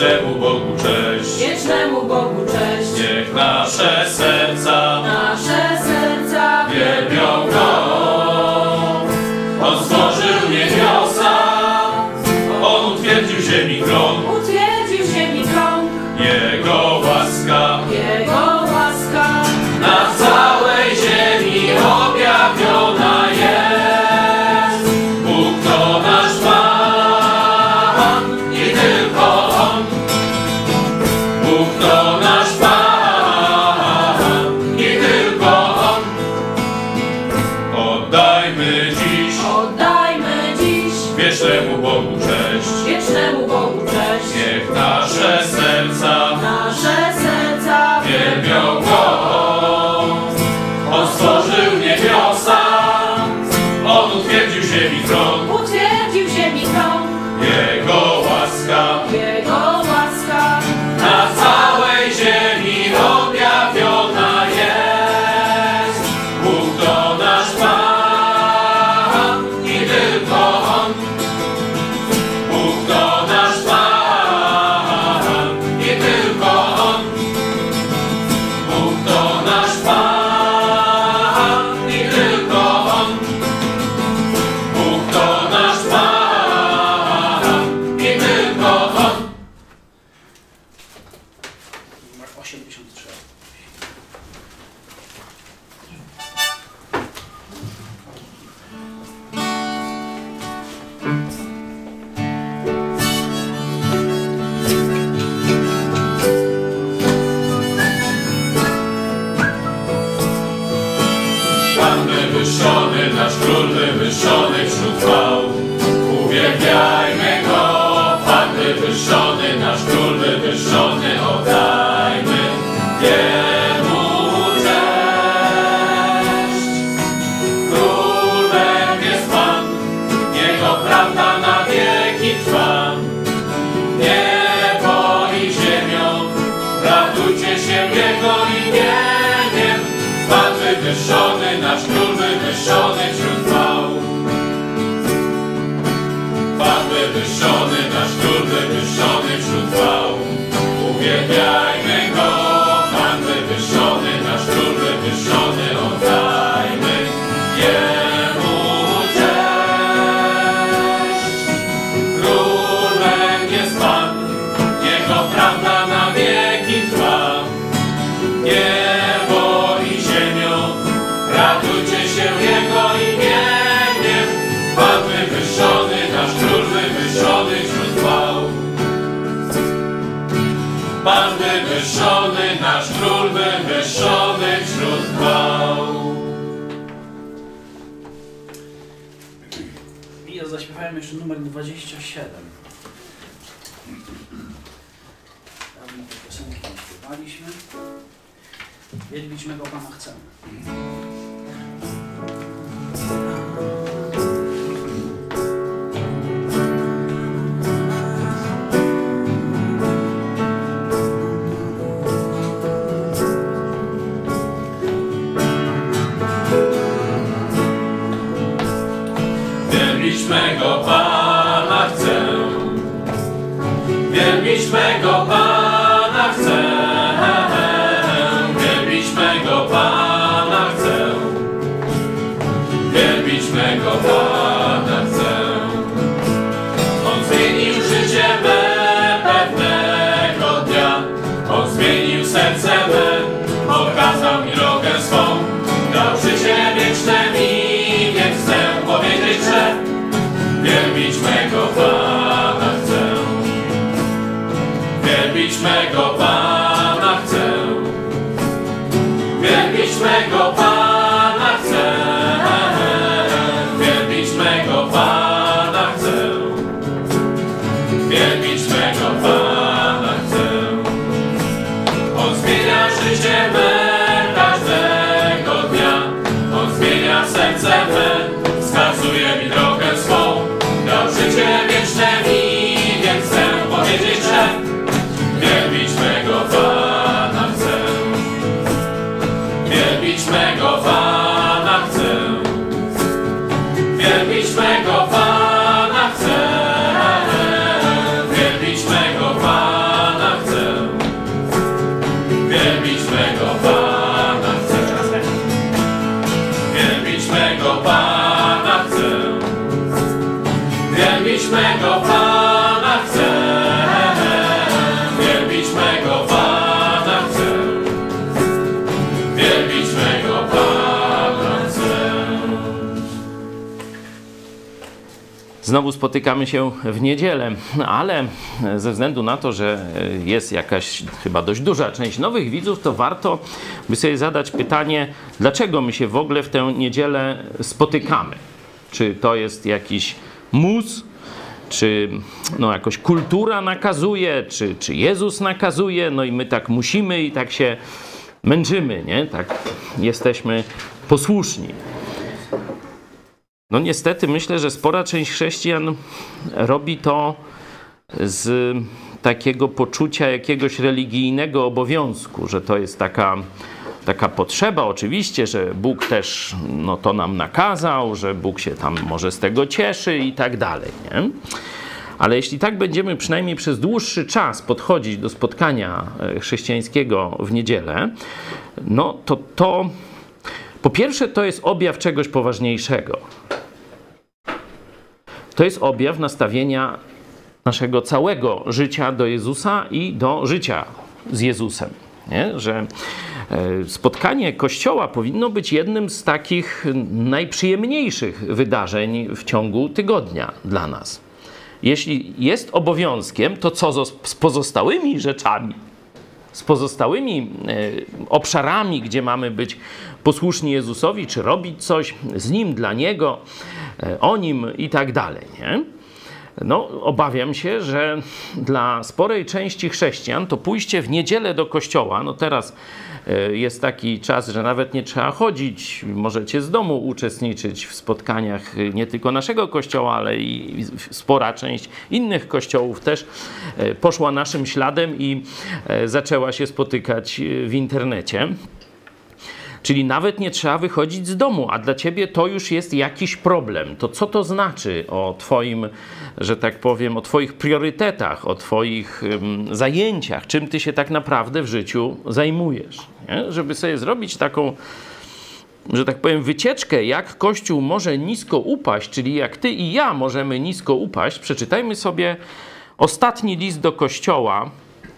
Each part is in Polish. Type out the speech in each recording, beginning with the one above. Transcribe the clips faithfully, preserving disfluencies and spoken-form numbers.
Wiecznemu Bogu cześć, wiecznemu Bogu cześć. niech nasze serca, nasze serca wielbią Go. On stworzył niebiosa, On utwierdził ziemi krąg, utwierdził ziemi krąg. Jego łaska, Jego łaska na całej ziemi objawiona jest. Bóg to nasz Pan i tylko On. Bóg to nasz Pan i tylko On. Oddajmy dziś, oddajmy dziś wiecznemu Bogu cześć. wiecznemu Bogu cześć. Niech nasze serca Nasze serca wielbią Go. On stworzył niebiosa, On utwierdził ziemi krąg, utwierdził ziemi krąg. Jego łaska Jego łaska na całej ziemi objawiona jest. Bóg to nasz Pan i tylko On. Bóg to nasz Pan i tylko On. Bóg to nasz Pan i tylko On. Bóg to nasz Pan i tylko On. Numer osiemdziesiąt trzy. Pan wywyższony, nasz król wywyższony wśród chwał. Uwielbiajmy Go. Pan wywyższony, nasz król wywyższony, oddajmy Jemu cześć. Królem jest Pan, Jego prawda na wieki trwa. Niebo i ziemią, radujcie się Jego imieniem. Pan wywyższony, nasz król wywyższony wśród chwał. Pan wywyższony, nasz król wywyższony wśród chwał. Uwielbiajmy Go. Pan wywyższony, nasz król wywyższony, oddajmy Jemu cześć. Królem jest Pan, Jego prawda na wieki trwa. Niebo i ziemią, radujcie się Jego imieniem. Pan wywyższony, nasz król wywyższony wśród chwał. Pan wywyższony, nasz król wywyższony wśród chwał. I zaśpiewałem jeszcze numer dwadzieścia siedem. Dawno te piosenki nie śpiewaliśmy. Wielbić mego Pana chcemy. Wielbić mego Pana chcę. Wielbić mego Pana chcę. Wielbić mego Pana chcę. Wielbić mego Pana chcę. On zmienił życie me pewnego dnia. On zmienił serce me. Pokazał mi drogę swą. Dał życie wieczne mi, więc chcę powiedzieć, że wielbić mego Pana chcę. Wielbić mego Pana chcę. Wielbić mego Pana chcę. Wielbić mego Pana chcę. Wielbić mego Pana chcę. On zmienia życie me każdego dnia. On zmienia serce me. Wskazuje mi drogę swą. Dał życie wieczne mi, więc chcę powiedzieć, że wielbić mego Pana chcę. Wielbić mego znowu spotykamy się w niedzielę, ale ze względu na to, że jest jakaś chyba dość duża część nowych widzów, to warto by sobie zadać pytanie, dlaczego my się w ogóle w tę niedzielę spotykamy. Czy to jest jakiś mus, czy no, jakoś kultura nakazuje, czy, czy Jezus nakazuje, no i my tak musimy i tak się męczymy, nie? Tak jesteśmy posłuszni. No niestety myślę, że spora część chrześcijan robi to z takiego poczucia jakiegoś religijnego obowiązku, że to jest taka, taka potrzeba oczywiście, że Bóg też no, to nam nakazał, że Bóg się tam może z tego cieszy i tak dalej, nie? Ale jeśli tak będziemy przynajmniej przez dłuższy czas podchodzić do spotkania chrześcijańskiego w niedzielę, no to to po pierwsze to jest objaw czegoś poważniejszego. To jest objaw nastawienia naszego całego życia do Jezusa i do życia z Jezusem. Nie? Że spotkanie Kościoła powinno być jednym z takich najprzyjemniejszych wydarzeń w ciągu tygodnia dla nas. Jeśli jest obowiązkiem, to co z pozostałymi rzeczami? Z pozostałymi obszarami, gdzie mamy być posłuszni Jezusowi, czy robić coś z Nim, dla Niego, o Nim i tak dalej, nie? No, obawiam się, że dla sporej części chrześcijan to pójście w niedzielę do kościoła, no teraz jest taki czas, że nawet nie trzeba chodzić, możecie z domu uczestniczyć w spotkaniach nie tylko naszego kościoła, ale i spora część innych kościołów też poszła naszym śladem i zaczęła się spotykać w internecie. Czyli nawet nie trzeba wychodzić z domu, a dla ciebie to już jest jakiś problem. To co to znaczy o twoim, że tak powiem, o twoich priorytetach, o twoich um, zajęciach, czym ty się tak naprawdę w życiu zajmujesz? Nie? Żeby sobie zrobić taką, że tak powiem, wycieczkę, jak Kościół może nisko upaść, czyli jak ty i ja możemy nisko upaść, przeczytajmy sobie ostatni list do Kościoła,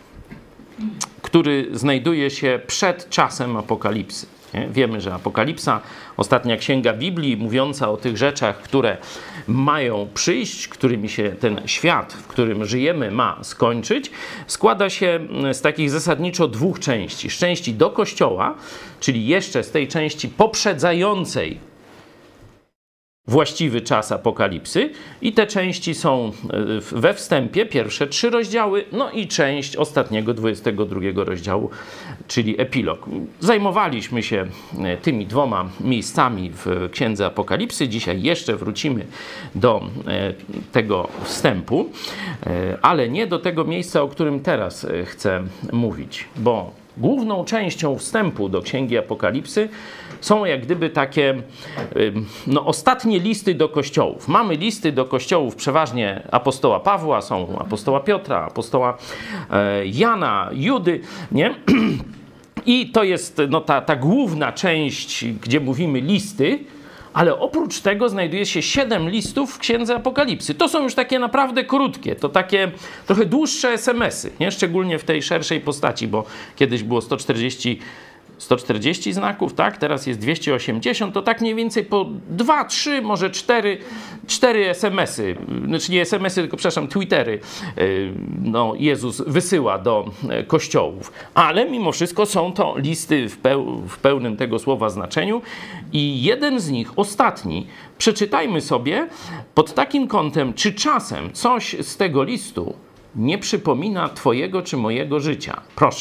który znajduje się przed czasem Apokalipsy. Nie? Wiemy, że Apokalipsa, ostatnia księga Biblii, mówiąca o tych rzeczach, które mają przyjść, którymi się ten świat, w którym żyjemy, ma skończyć, składa się z takich zasadniczo dwóch części. Z części do Kościoła, czyli jeszcze z tej części poprzedzającej właściwy czas Apokalipsy, i te części są we wstępie, pierwsze trzy rozdziały, no i część ostatniego, dwudziestego drugiego rozdziału, czyli epilog. Zajmowaliśmy się tymi dwoma miejscami w Księdze Apokalipsy. Dzisiaj jeszcze wrócimy do tego wstępu, ale nie do tego miejsca, o którym teraz chcę mówić, bo główną częścią wstępu do Księgi Apokalipsy są jak gdyby takie no, ostatnie listy do kościołów. Mamy listy do kościołów przeważnie apostoła Pawła, są apostoła Piotra, apostoła Jana, Judy, nie? I to jest no, ta, ta główna część, gdzie mówimy listy, ale oprócz tego znajduje się siedem listów w Księdze Apokalipsy. To są już takie naprawdę krótkie, to takie trochę dłuższe es em esy, nie? Szczególnie w tej szerszej postaci, bo kiedyś było sto czterdzieści sto czterdzieści znaków, tak? Teraz jest dwieście osiemdziesiąt, to tak mniej więcej po dwa, trzy, może cztery, cztery es em esy, znaczy nie es em esy, tylko przepraszam, Twittery, no, Jezus wysyła do kościołów. Ale mimo wszystko są to listy w, peł, w pełnym tego słowa znaczeniu i jeden z nich, ostatni, przeczytajmy sobie pod takim kątem, czy czasem coś z tego listu nie przypomina twojego czy mojego życia. Proszę.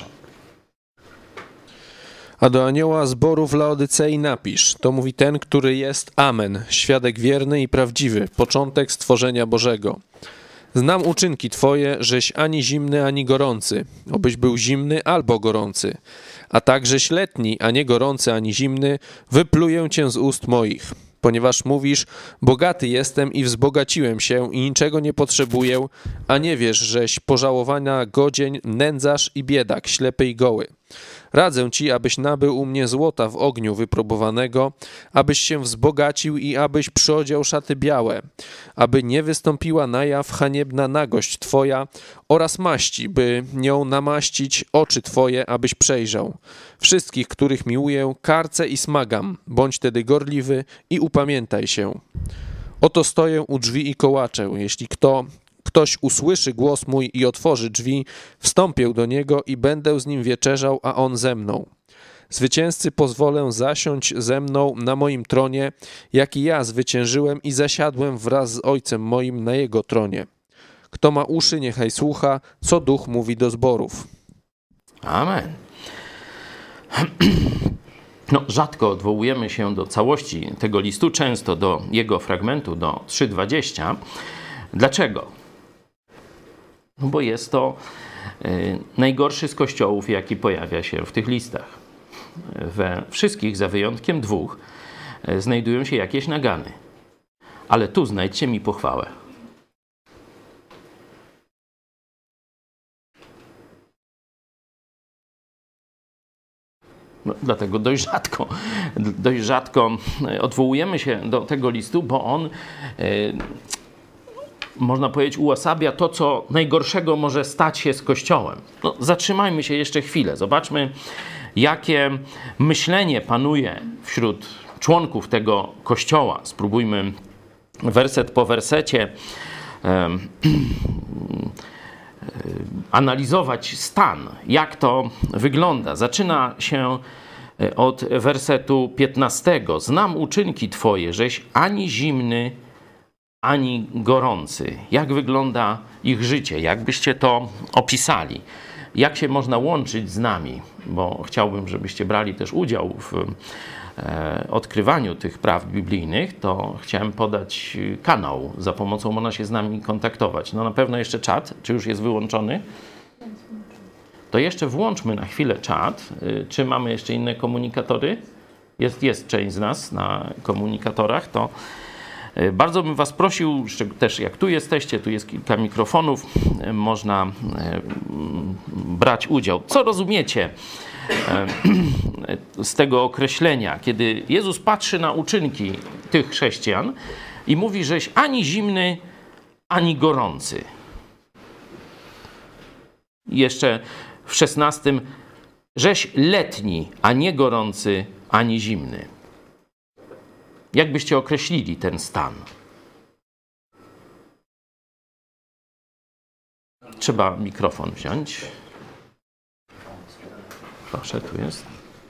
A do anioła zboru w Laodycei napisz, to mówi ten, który jest Amen, świadek wierny i prawdziwy, początek stworzenia Bożego. Znam uczynki Twoje, żeś ani zimny, ani gorący, obyś był zimny albo gorący. A takżeś letni, a nie gorący, ani zimny, wypluję Cię z ust moich. Ponieważ mówisz, bogaty jestem i wzbogaciłem się i niczego nie potrzebuję, a nie wiesz, żeś pożałowania godzień, nędzarz i biedak, ślepy i goły. Radzę ci, abyś nabył u mnie złota w ogniu wypróbowanego, abyś się wzbogacił i abyś przyodział szaty białe, aby nie wystąpiła na jaw haniebna nagość twoja oraz maści, by nią namaścić oczy twoje, abyś przejrzał. Wszystkich, których miłuję, karcę i smagam, bądź tedy gorliwy i upamiętaj się. Oto stoję u drzwi i kołaczę. Jeśli kto, ktoś usłyszy głos mój i otworzy drzwi, wstąpię do niego i będę z nim wieczerzał, a on ze mną. Zwycięzcy pozwolę zasiąść ze mną na moim tronie, jak i ja zwyciężyłem i zasiadłem wraz z Ojcem moim na jego tronie. Kto ma uszy, niechaj słucha, co Duch mówi do zborów. Amen. No, rzadko odwołujemy się do całości tego listu, często do jego fragmentu, do trzy dwadzieścia. Dlaczego? No bo jest to y, najgorszy z kościołów, jaki pojawia się w tych listach. We wszystkich, za wyjątkiem dwóch, y, znajdują się jakieś nagany. Ale tu znajdźcie mi pochwałę. No, dlatego dość rzadko, dość rzadko odwołujemy się do tego listu, bo on, y, można powiedzieć, uosabia to, co najgorszego może stać się z Kościołem. No, zatrzymajmy się jeszcze chwilę. Zobaczmy, jakie myślenie panuje wśród członków tego Kościoła. Spróbujmy werset po wersecie y, analizować stan, jak to wygląda. Zaczyna się od wersetu piętnastego. Znam uczynki Twoje, żeś ani zimny, ani gorący. Jak wygląda ich życie? Jak byście to opisali? Jak się można łączyć z nami? Bo chciałbym, żebyście brali też udział w e, odkrywaniu tych prawd biblijnych, to chciałem podać kanał, za pomocą można się z nami kontaktować. No na pewno jeszcze czat, czy już jest wyłączony? To jeszcze włączmy na chwilę czat. Czy mamy jeszcze inne komunikatory? Jest, jest część z nas na komunikatorach, to bardzo bym was prosił, też jak tu jesteście, tu jest kilka mikrofonów, można brać udział. Co rozumiecie z tego określenia, kiedy Jezus patrzy na uczynki tych chrześcijan i mówi, żeś ani zimny, ani gorący. Jeszcze w szesnastym, żeś letni, a nie gorący, ani zimny. Jak byście określili ten stan? Trzeba mikrofon wziąć. Proszę, tu jest.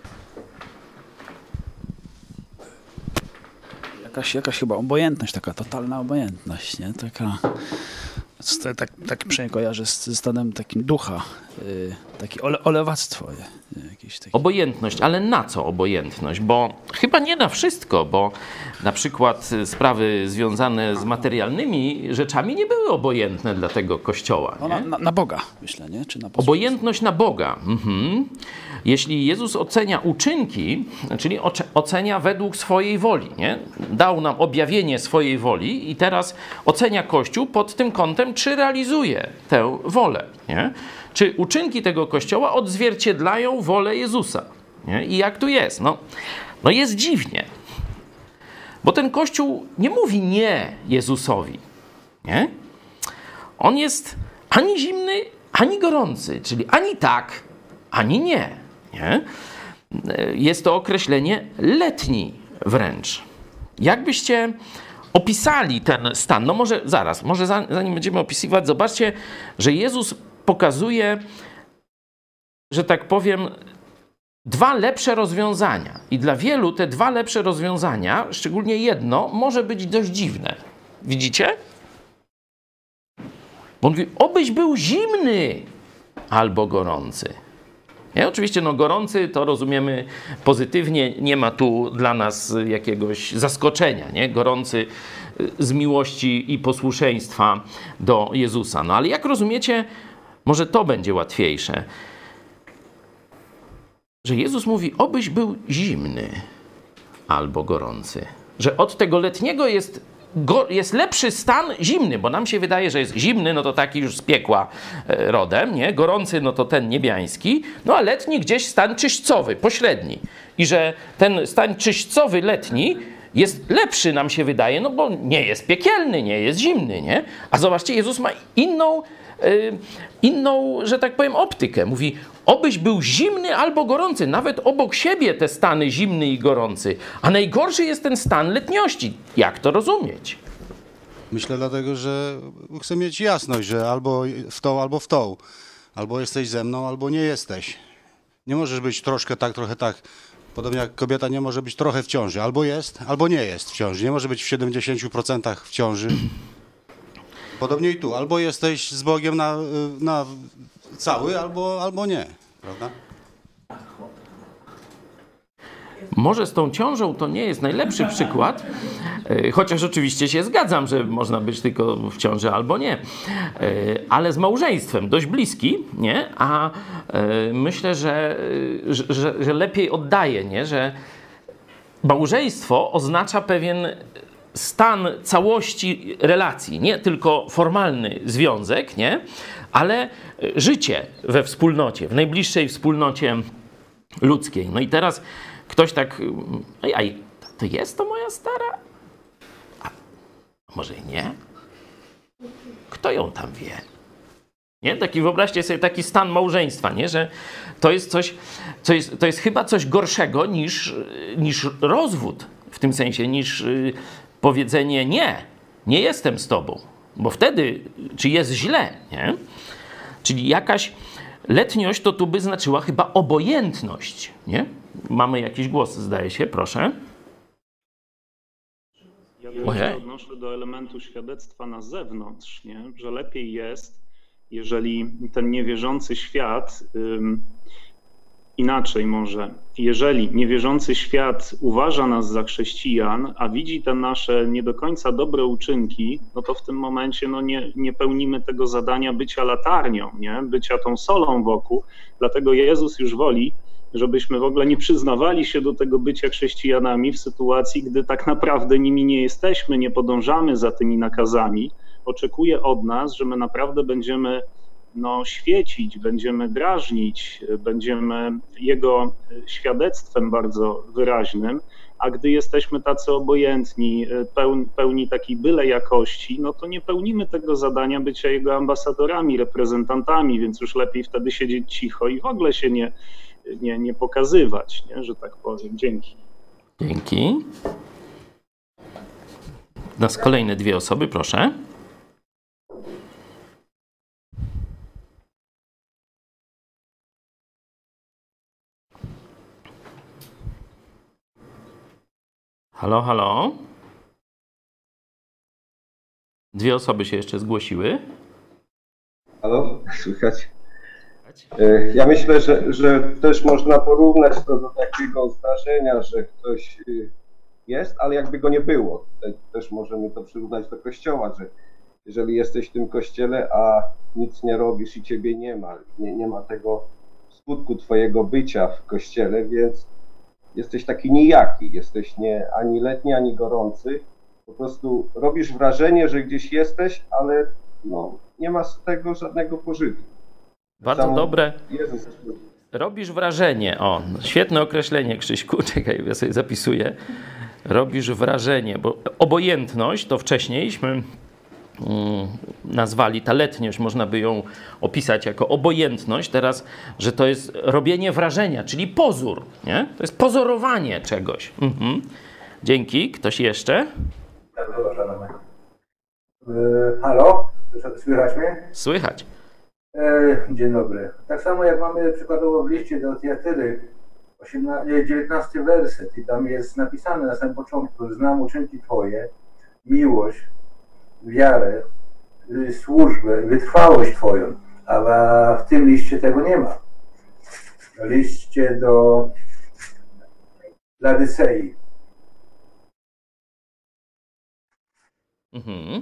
Jakaś, jakaś chyba obojętność, taka totalna obojętność, nie? Taka, tak, tak przynajmniej kojarzę z, ze stanem takim ducha, yy, takie ole, olewactwo. Nie? Jakieś takie... Obojętność, ale na co obojętność? Bo chyba nie na wszystko, bo na przykład sprawy związane z materialnymi rzeczami nie były obojętne dla tego Kościoła. No, nie? na, na Boga, myślę, nie? Czy na Obojętność na Boga. Mhm. Jeśli Jezus ocenia uczynki, czyli ocenia według swojej woli, nie? Dał nam objawienie swojej woli i teraz ocenia Kościół pod tym kątem, czy realizuje tę wolę, nie? Czy uczynki tego Kościoła odzwierciedlają wolę Jezusa, nie? I jak tu jest? No, no jest dziwnie, bo ten Kościół nie mówi nie Jezusowi, nie? On jest ani zimny, ani gorący, czyli ani tak, ani nie. Nie? Jest to określenie letni wręcz. Jakbyście opisali ten stan? No może zaraz, może zanim będziemy opisywać, zobaczcie, że Jezus pokazuje, że tak powiem, dwa lepsze rozwiązania. I dla wielu te dwa lepsze rozwiązania, szczególnie jedno, może być dość dziwne. Widzicie? Bo on mówi, obyś był zimny albo gorący. Nie? Oczywiście no, gorący to rozumiemy pozytywnie, nie ma tu dla nas jakiegoś zaskoczenia. Nie? Gorący z miłości i posłuszeństwa do Jezusa. No ale jak rozumiecie, może to będzie łatwiejsze, że Jezus mówi, obyś był zimny albo gorący. Że od tego letniego jest Go, jest lepszy stan zimny, bo nam się wydaje, że jest zimny, no to taki już z piekła e, rodem, nie? Gorący, no to ten niebiański, no a letni gdzieś stan czyśćcowy, pośredni. I że ten stan czyśćcowy letni jest lepszy, nam się wydaje, no bo nie jest piekielny, nie jest zimny, nie? A zobaczcie, Jezus ma inną, y, inną, że tak powiem, optykę. Mówi, obyś był zimny albo gorący, nawet obok siebie te stany zimny i gorący. A najgorszy jest ten stan letniości. Jak to rozumieć? Myślę dlatego, że chcę mieć jasność, że albo w tą, albo w tą. Albo jesteś ze mną, albo nie jesteś. Nie możesz być troszkę tak, trochę tak. Podobnie jak kobieta nie może być trochę w ciąży. Albo jest, albo nie jest w ciąży. Nie może być w siedemdziesięciu procentach w ciąży. Podobnie i tu. Albo jesteś z Bogiem na, na cały, albo, albo nie. Prawda? Może z tą ciążą to nie jest najlepszy przykład, chociaż oczywiście się zgadzam, że można być tylko w ciąży albo nie, ale z małżeństwem dość bliski, nie? A myślę, że, że, że lepiej oddaje, nie? Że małżeństwo oznacza pewien stan całości relacji, nie tylko formalny związek, nie? Ale życie we wspólnocie, w najbliższej wspólnocie ludzkiej. No i teraz ktoś tak, ej, to jest to moja stara? A może i nie? Kto ją tam wie? Nie? Taki, wyobraźcie sobie taki stan małżeństwa, nie? Że to jest coś, co jest, to jest chyba coś gorszego niż, niż rozwód, w tym sensie, niż y, powiedzenie nie, nie jestem z tobą, bo wtedy, czy jest źle, nie? Czyli jakaś letniość to tu by znaczyła chyba obojętność, nie? Mamy jakiś głos, zdaje się, proszę. Ja też się odnoszę do elementu świadectwa na zewnątrz, nie? Że lepiej jest, jeżeli ten niewierzący świat, ym, inaczej może, jeżeli niewierzący świat uważa nas za chrześcijan, a widzi te nasze nie do końca dobre uczynki, no to w tym momencie no nie, nie pełnimy tego zadania bycia latarnią, nie? Bycia tą solą wokół. Dlatego Jezus już woli, żebyśmy w ogóle nie przyznawali się do tego bycia chrześcijanami w sytuacji, gdy tak naprawdę nimi nie jesteśmy, nie podążamy za tymi nakazami. Oczekuje od nas, że my naprawdę będziemy no, świecić, będziemy drażnić, będziemy Jego świadectwem bardzo wyraźnym, a gdy jesteśmy tacy obojętni, pełni, pełni takiej byle jakości, no to nie pełnimy tego zadania bycia Jego ambasadorami, reprezentantami, więc już lepiej wtedy siedzieć cicho i w ogóle się nie Nie, nie pokazywać, nie, że tak powiem. Dzięki. Dzięki. Nas kolejne dwie osoby, proszę. Halo, halo. Dwie osoby się jeszcze zgłosiły. Halo, słychać? Ja myślę, że, że też można porównać to do takiego zdarzenia, że ktoś jest, ale jakby go nie było. Też możemy to przyrównać do kościoła, że jeżeli jesteś w tym kościele, a nic nie robisz i ciebie nie ma, nie, nie ma tego skutku twojego bycia w kościele, więc jesteś taki nijaki, jesteś nie ani letni, ani gorący. Po prostu robisz wrażenie, że gdzieś jesteś, ale no, nie ma z tego żadnego pożytku. Bardzo Sam dobre. Jezus. Robisz wrażenie. O, świetne określenie, Krzyśku. Czekaj, ja sobie zapisuję. Robisz wrażenie, bo obojętność to wcześniejśmy mm, nazwali, ta letniość, można by ją opisać jako obojętność. Teraz, że to jest robienie wrażenia, czyli pozór, nie? To jest pozorowanie czegoś. Mhm. Dzięki. Ktoś jeszcze? Yy, halo? Słychać mnie? Słychać. Dzień dobry. Tak samo jak mamy przykładowo w liście do Tiatyry, dziewiętnasty werset i tam jest napisane na samym początku, że znam uczynki Twoje, miłość, wiarę, służbę, wytrwałość Twoją, a w tym liście tego nie ma. W liście do Ladycei. Mhm.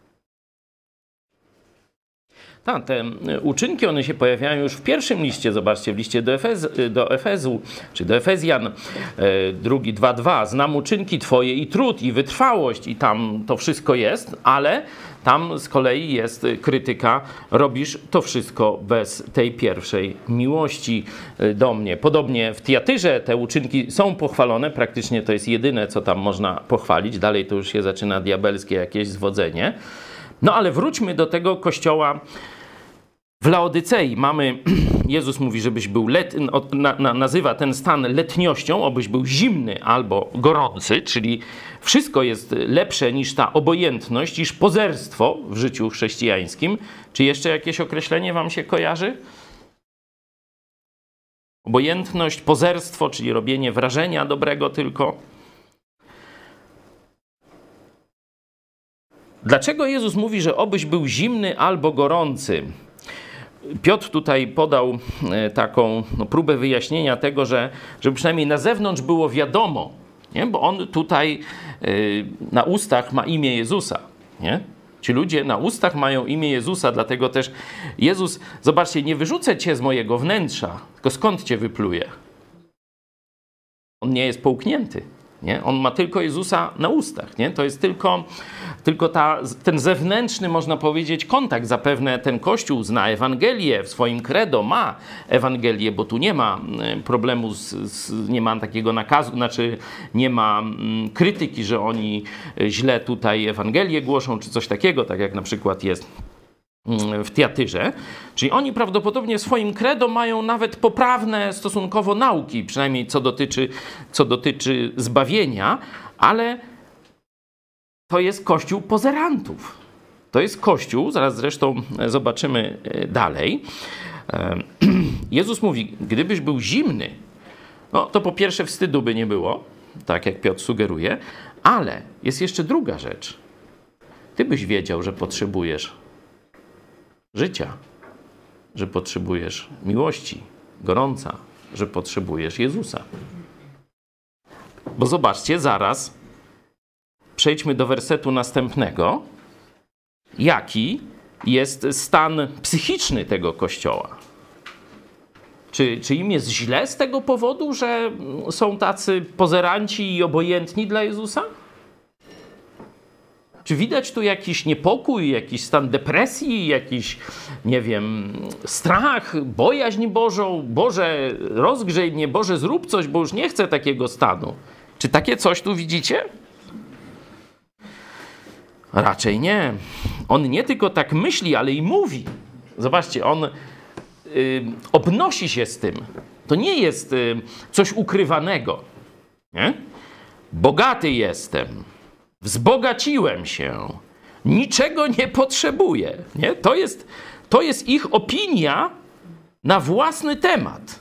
Tak, te uczynki, one się pojawiają już w pierwszym liście, zobaczcie, w liście do, Efez, do Efezu, czy do Efezjan, drugi, dwa, dwa. Znam uczynki Twoje i trud, i wytrwałość, i tam to wszystko jest, ale tam z kolei jest krytyka, robisz to wszystko bez tej pierwszej miłości do mnie. Podobnie w Tiatyrze te uczynki są pochwalone, praktycznie to jest jedyne, co tam można pochwalić, dalej to już się zaczyna diabelskie jakieś zwodzenie. No ale wróćmy do tego kościoła W Laodycei mamy, Jezus mówi, żebyś był let, na, na, nazywa ten stan letniością, obyś był zimny albo gorący, czyli wszystko jest lepsze niż ta obojętność, niż pozerstwo w życiu chrześcijańskim. Czy jeszcze jakieś określenie wam się kojarzy? Obojętność, pozerstwo, czyli robienie wrażenia dobrego tylko. Dlaczego Jezus mówi, że obyś był zimny albo gorący? Piotr tutaj podał taką no, próbę wyjaśnienia tego, że żeby przynajmniej na zewnątrz było wiadomo, nie? Bo on tutaj yy, na ustach ma imię Jezusa. Nie? Ci ludzie na ustach mają imię Jezusa, dlatego też Jezus, zobaczcie, nie wyrzucę cię z mojego wnętrza, tylko skąd cię wypluje? On nie jest połknięty. Nie? On ma tylko Jezusa na ustach. Nie? To jest tylko, tylko ta, ten zewnętrzny, można powiedzieć, kontakt. Zapewne ten Kościół zna Ewangelię, w swoim credo ma Ewangelię, bo tu nie ma problemu, z, z, nie ma takiego nakazu, znaczy nie ma mm, krytyki, że oni źle tutaj Ewangelię głoszą, czy coś takiego, tak jak na przykład jest w Tiatyrze. Czyli oni prawdopodobnie w swoim credo mają nawet poprawne stosunkowo nauki, przynajmniej co dotyczy, co dotyczy zbawienia, ale to jest kościół pozerantów. To jest kościół, zaraz zresztą zobaczymy dalej. Jezus mówi, gdybyś był zimny, no to po pierwsze wstydu by nie było, tak jak Piotr sugeruje, ale jest jeszcze druga rzecz. Ty byś wiedział, że potrzebujesz życia, że potrzebujesz miłości, gorąca, że potrzebujesz Jezusa. Bo zobaczcie, zaraz przejdźmy do wersetu następnego, jaki jest stan psychiczny tego Kościoła. Czy, czy im jest źle z tego powodu, że są tacy pozeranci i obojętni dla Jezusa? Czy widać tu jakiś niepokój, jakiś stan depresji, jakiś, nie wiem, strach, bojaźń Bożą? Boże, rozgrzej mnie, Boże, zrób coś, bo już nie chcę takiego stanu. Czy takie coś tu widzicie? Raczej nie. On nie tylko tak myśli, ale i mówi. Zobaczcie, on y, obnosi się z tym. To nie jest y, coś ukrywanego. Nie? Bogaty jestem. Wzbogaciłem się, niczego nie potrzebuję. Nie? To jest, to jest ich opinia na własny temat.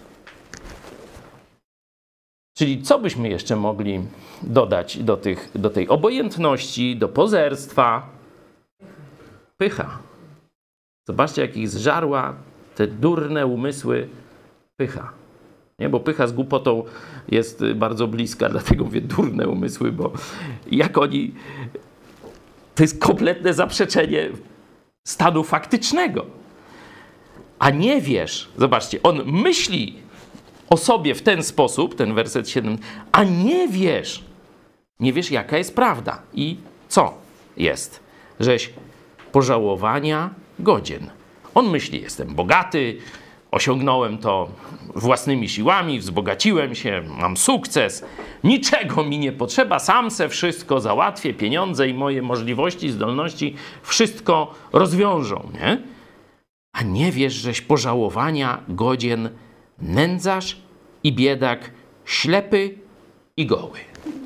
Czyli co byśmy jeszcze mogli dodać do, tych, do tej obojętności, do pozerstwa? Pycha. Zobaczcie, jak ich zżarła te durne umysły pycha. Nie? Bo pycha z głupotą jest bardzo bliska, dlatego mówię durne umysły, bo jak oni... To jest kompletne zaprzeczenie stanu faktycznego. A nie wiesz, zobaczcie, on myśli o sobie w ten sposób, ten werset siedem, a nie wiesz, nie wiesz, jaka jest prawda i co jest, żeś pożałowania godzien. On myśli, jestem bogaty, osiągnąłem to własnymi siłami, wzbogaciłem się, mam sukces, niczego mi nie potrzeba, sam se wszystko załatwię, pieniądze i moje możliwości, zdolności wszystko rozwiążą, nie? A nie wiesz, żeś pożałowania godzien nędzarz i biedak, ślepy i goły.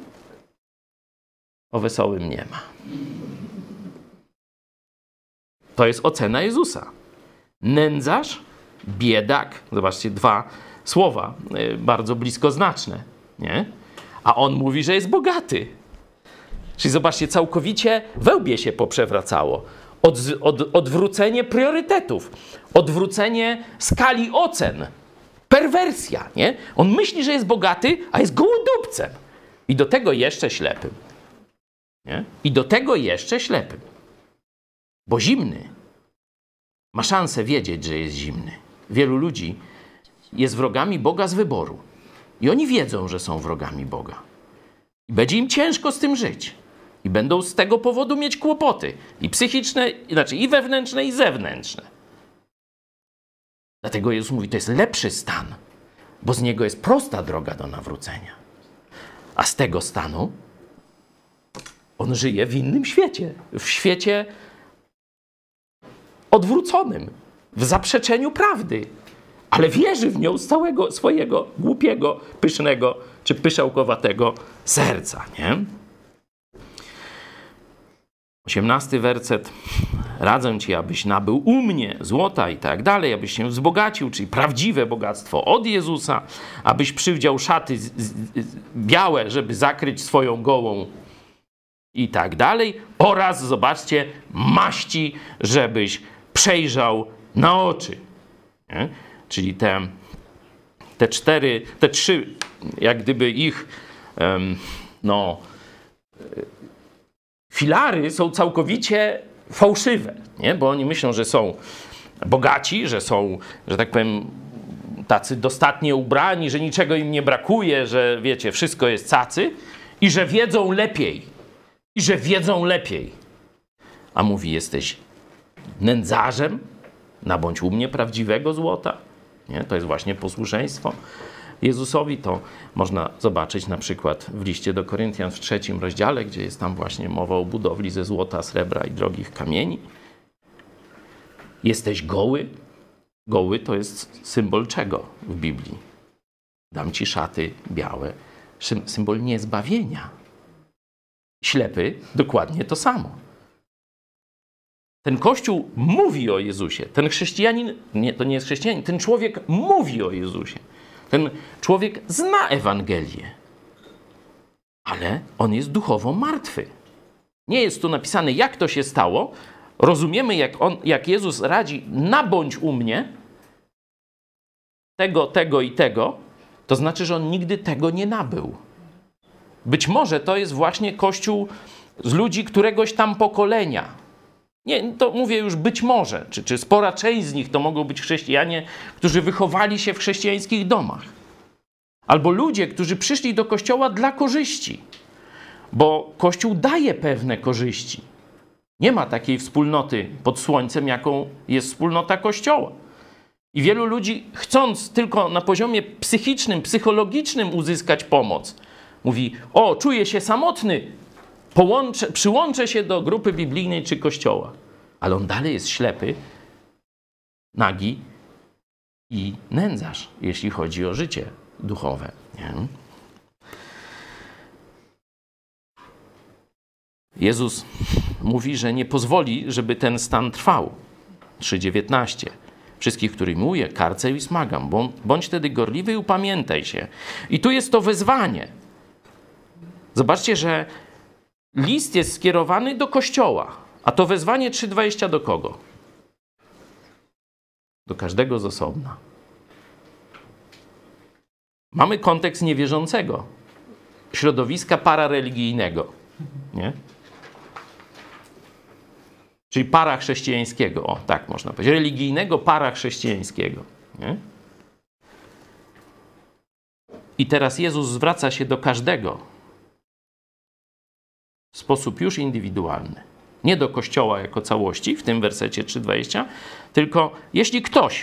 O wesołym nie ma. To jest ocena Jezusa. Nędzarz, biedak, zobaczcie, dwa słowa bardzo bliskoznaczne, nie? A on mówi, że jest bogaty. Czyli zobaczcie, całkowicie we łbie się poprzewracało. Od, od, odwrócenie priorytetów, odwrócenie skali ocen, perwersja, nie? On myśli, że jest bogaty, a jest gołodupcem. I do tego jeszcze ślepym. Nie? I do tego jeszcze ślepym. Bo zimny ma szansę wiedzieć, że jest zimny. Wielu ludzi jest wrogami Boga z wyboru. I oni wiedzą, że są wrogami Boga. I będzie im ciężko z tym żyć. I będą z tego powodu mieć kłopoty. I psychiczne, znaczy i wewnętrzne, i zewnętrzne. Dlatego Jezus mówi, to jest lepszy stan, bo z niego jest prosta droga do nawrócenia. A z tego stanu on żyje w innym świecie. W świecie odwróconym. w zaprzeczeniu prawdy, ale wierzy w nią z całego swojego głupiego, pysznego czy pyszałkowatego serca, nie? Osiemnasty werset. Radzę ci, abyś nabył u mnie złota i tak dalej, abyś się wzbogacił, czyli prawdziwe bogactwo od Jezusa, abyś przywdział szaty z, z, z, białe, żeby zakryć swoją gołą i tak dalej, oraz, zobaczcie, maści, żebyś przejrzał na oczy. Nie? Czyli te, te cztery, te trzy, jak gdyby ich, um, no, filary są całkowicie fałszywe, nie? Bo oni myślą, że są bogaci, że są, że tak powiem, tacy dostatnio ubrani, że niczego im nie brakuje, że wiecie, wszystko jest cacy i że wiedzą lepiej. I że wiedzą lepiej. A mówi, jesteś nędzarzem, nabądź u mnie prawdziwego złota. Nie? To jest właśnie posłuszeństwo Jezusowi. To można zobaczyć na przykład w liście do Koryntian w trzecim rozdziale, gdzie jest tam właśnie mowa o budowli ze złota, srebra i drogich kamieni. Jesteś goły. Goły to jest symbol czego w Biblii? Dam ci szaty białe. Symbol niezbawienia. Ślepy dokładnie to samo. Ten Kościół mówi o Jezusie. Ten chrześcijanin, nie, to nie jest chrześcijanin, ten człowiek mówi o Jezusie. Ten człowiek zna Ewangelię, ale on jest duchowo martwy. Nie jest tu napisane, jak to się stało. Rozumiemy, jak, on, jak Jezus radzi, nabądź u mnie tego, tego i tego. To znaczy, że on nigdy tego nie nabył. Być może to jest właśnie Kościół z ludzi któregoś tam pokolenia. Nie, to mówię już być może, czy, czy spora część z nich to mogą być chrześcijanie, którzy wychowali się w chrześcijańskich domach. Albo ludzie, którzy przyszli do Kościoła dla korzyści. Bo Kościół daje pewne korzyści. Nie ma takiej wspólnoty pod słońcem, jaką jest wspólnota Kościoła. I wielu ludzi, chcąc tylko na poziomie psychicznym, psychologicznym uzyskać pomoc, mówi, o, czuję się samotny, połączę, przyłączę się do grupy biblijnej czy Kościoła. Ale on dalej jest ślepy, nagi i nędzarz, jeśli chodzi o życie duchowe. Nie? Jezus mówi, że nie pozwoli, żeby ten stan trwał. trzy dziewiętnaście. Wszystkich, których miłuję, karcę i smagam. Bądź wtedy gorliwy i upamiętaj się. I tu jest to wezwanie. Zobaczcie, że list jest skierowany do Kościoła, a to wezwanie trzy dwadzieścia do kogo? Do każdego z osobna. Mamy kontekst niewierzącego, środowiska parareligijnego, nie? Czyli parachrześcijańskiego, o tak można powiedzieć, religijnego parachrześcijańskiego, nie? I teraz Jezus zwraca się do każdego w sposób już indywidualny. Nie do Kościoła jako całości, w tym wersecie trzy dwadzieścia, tylko jeśli ktoś,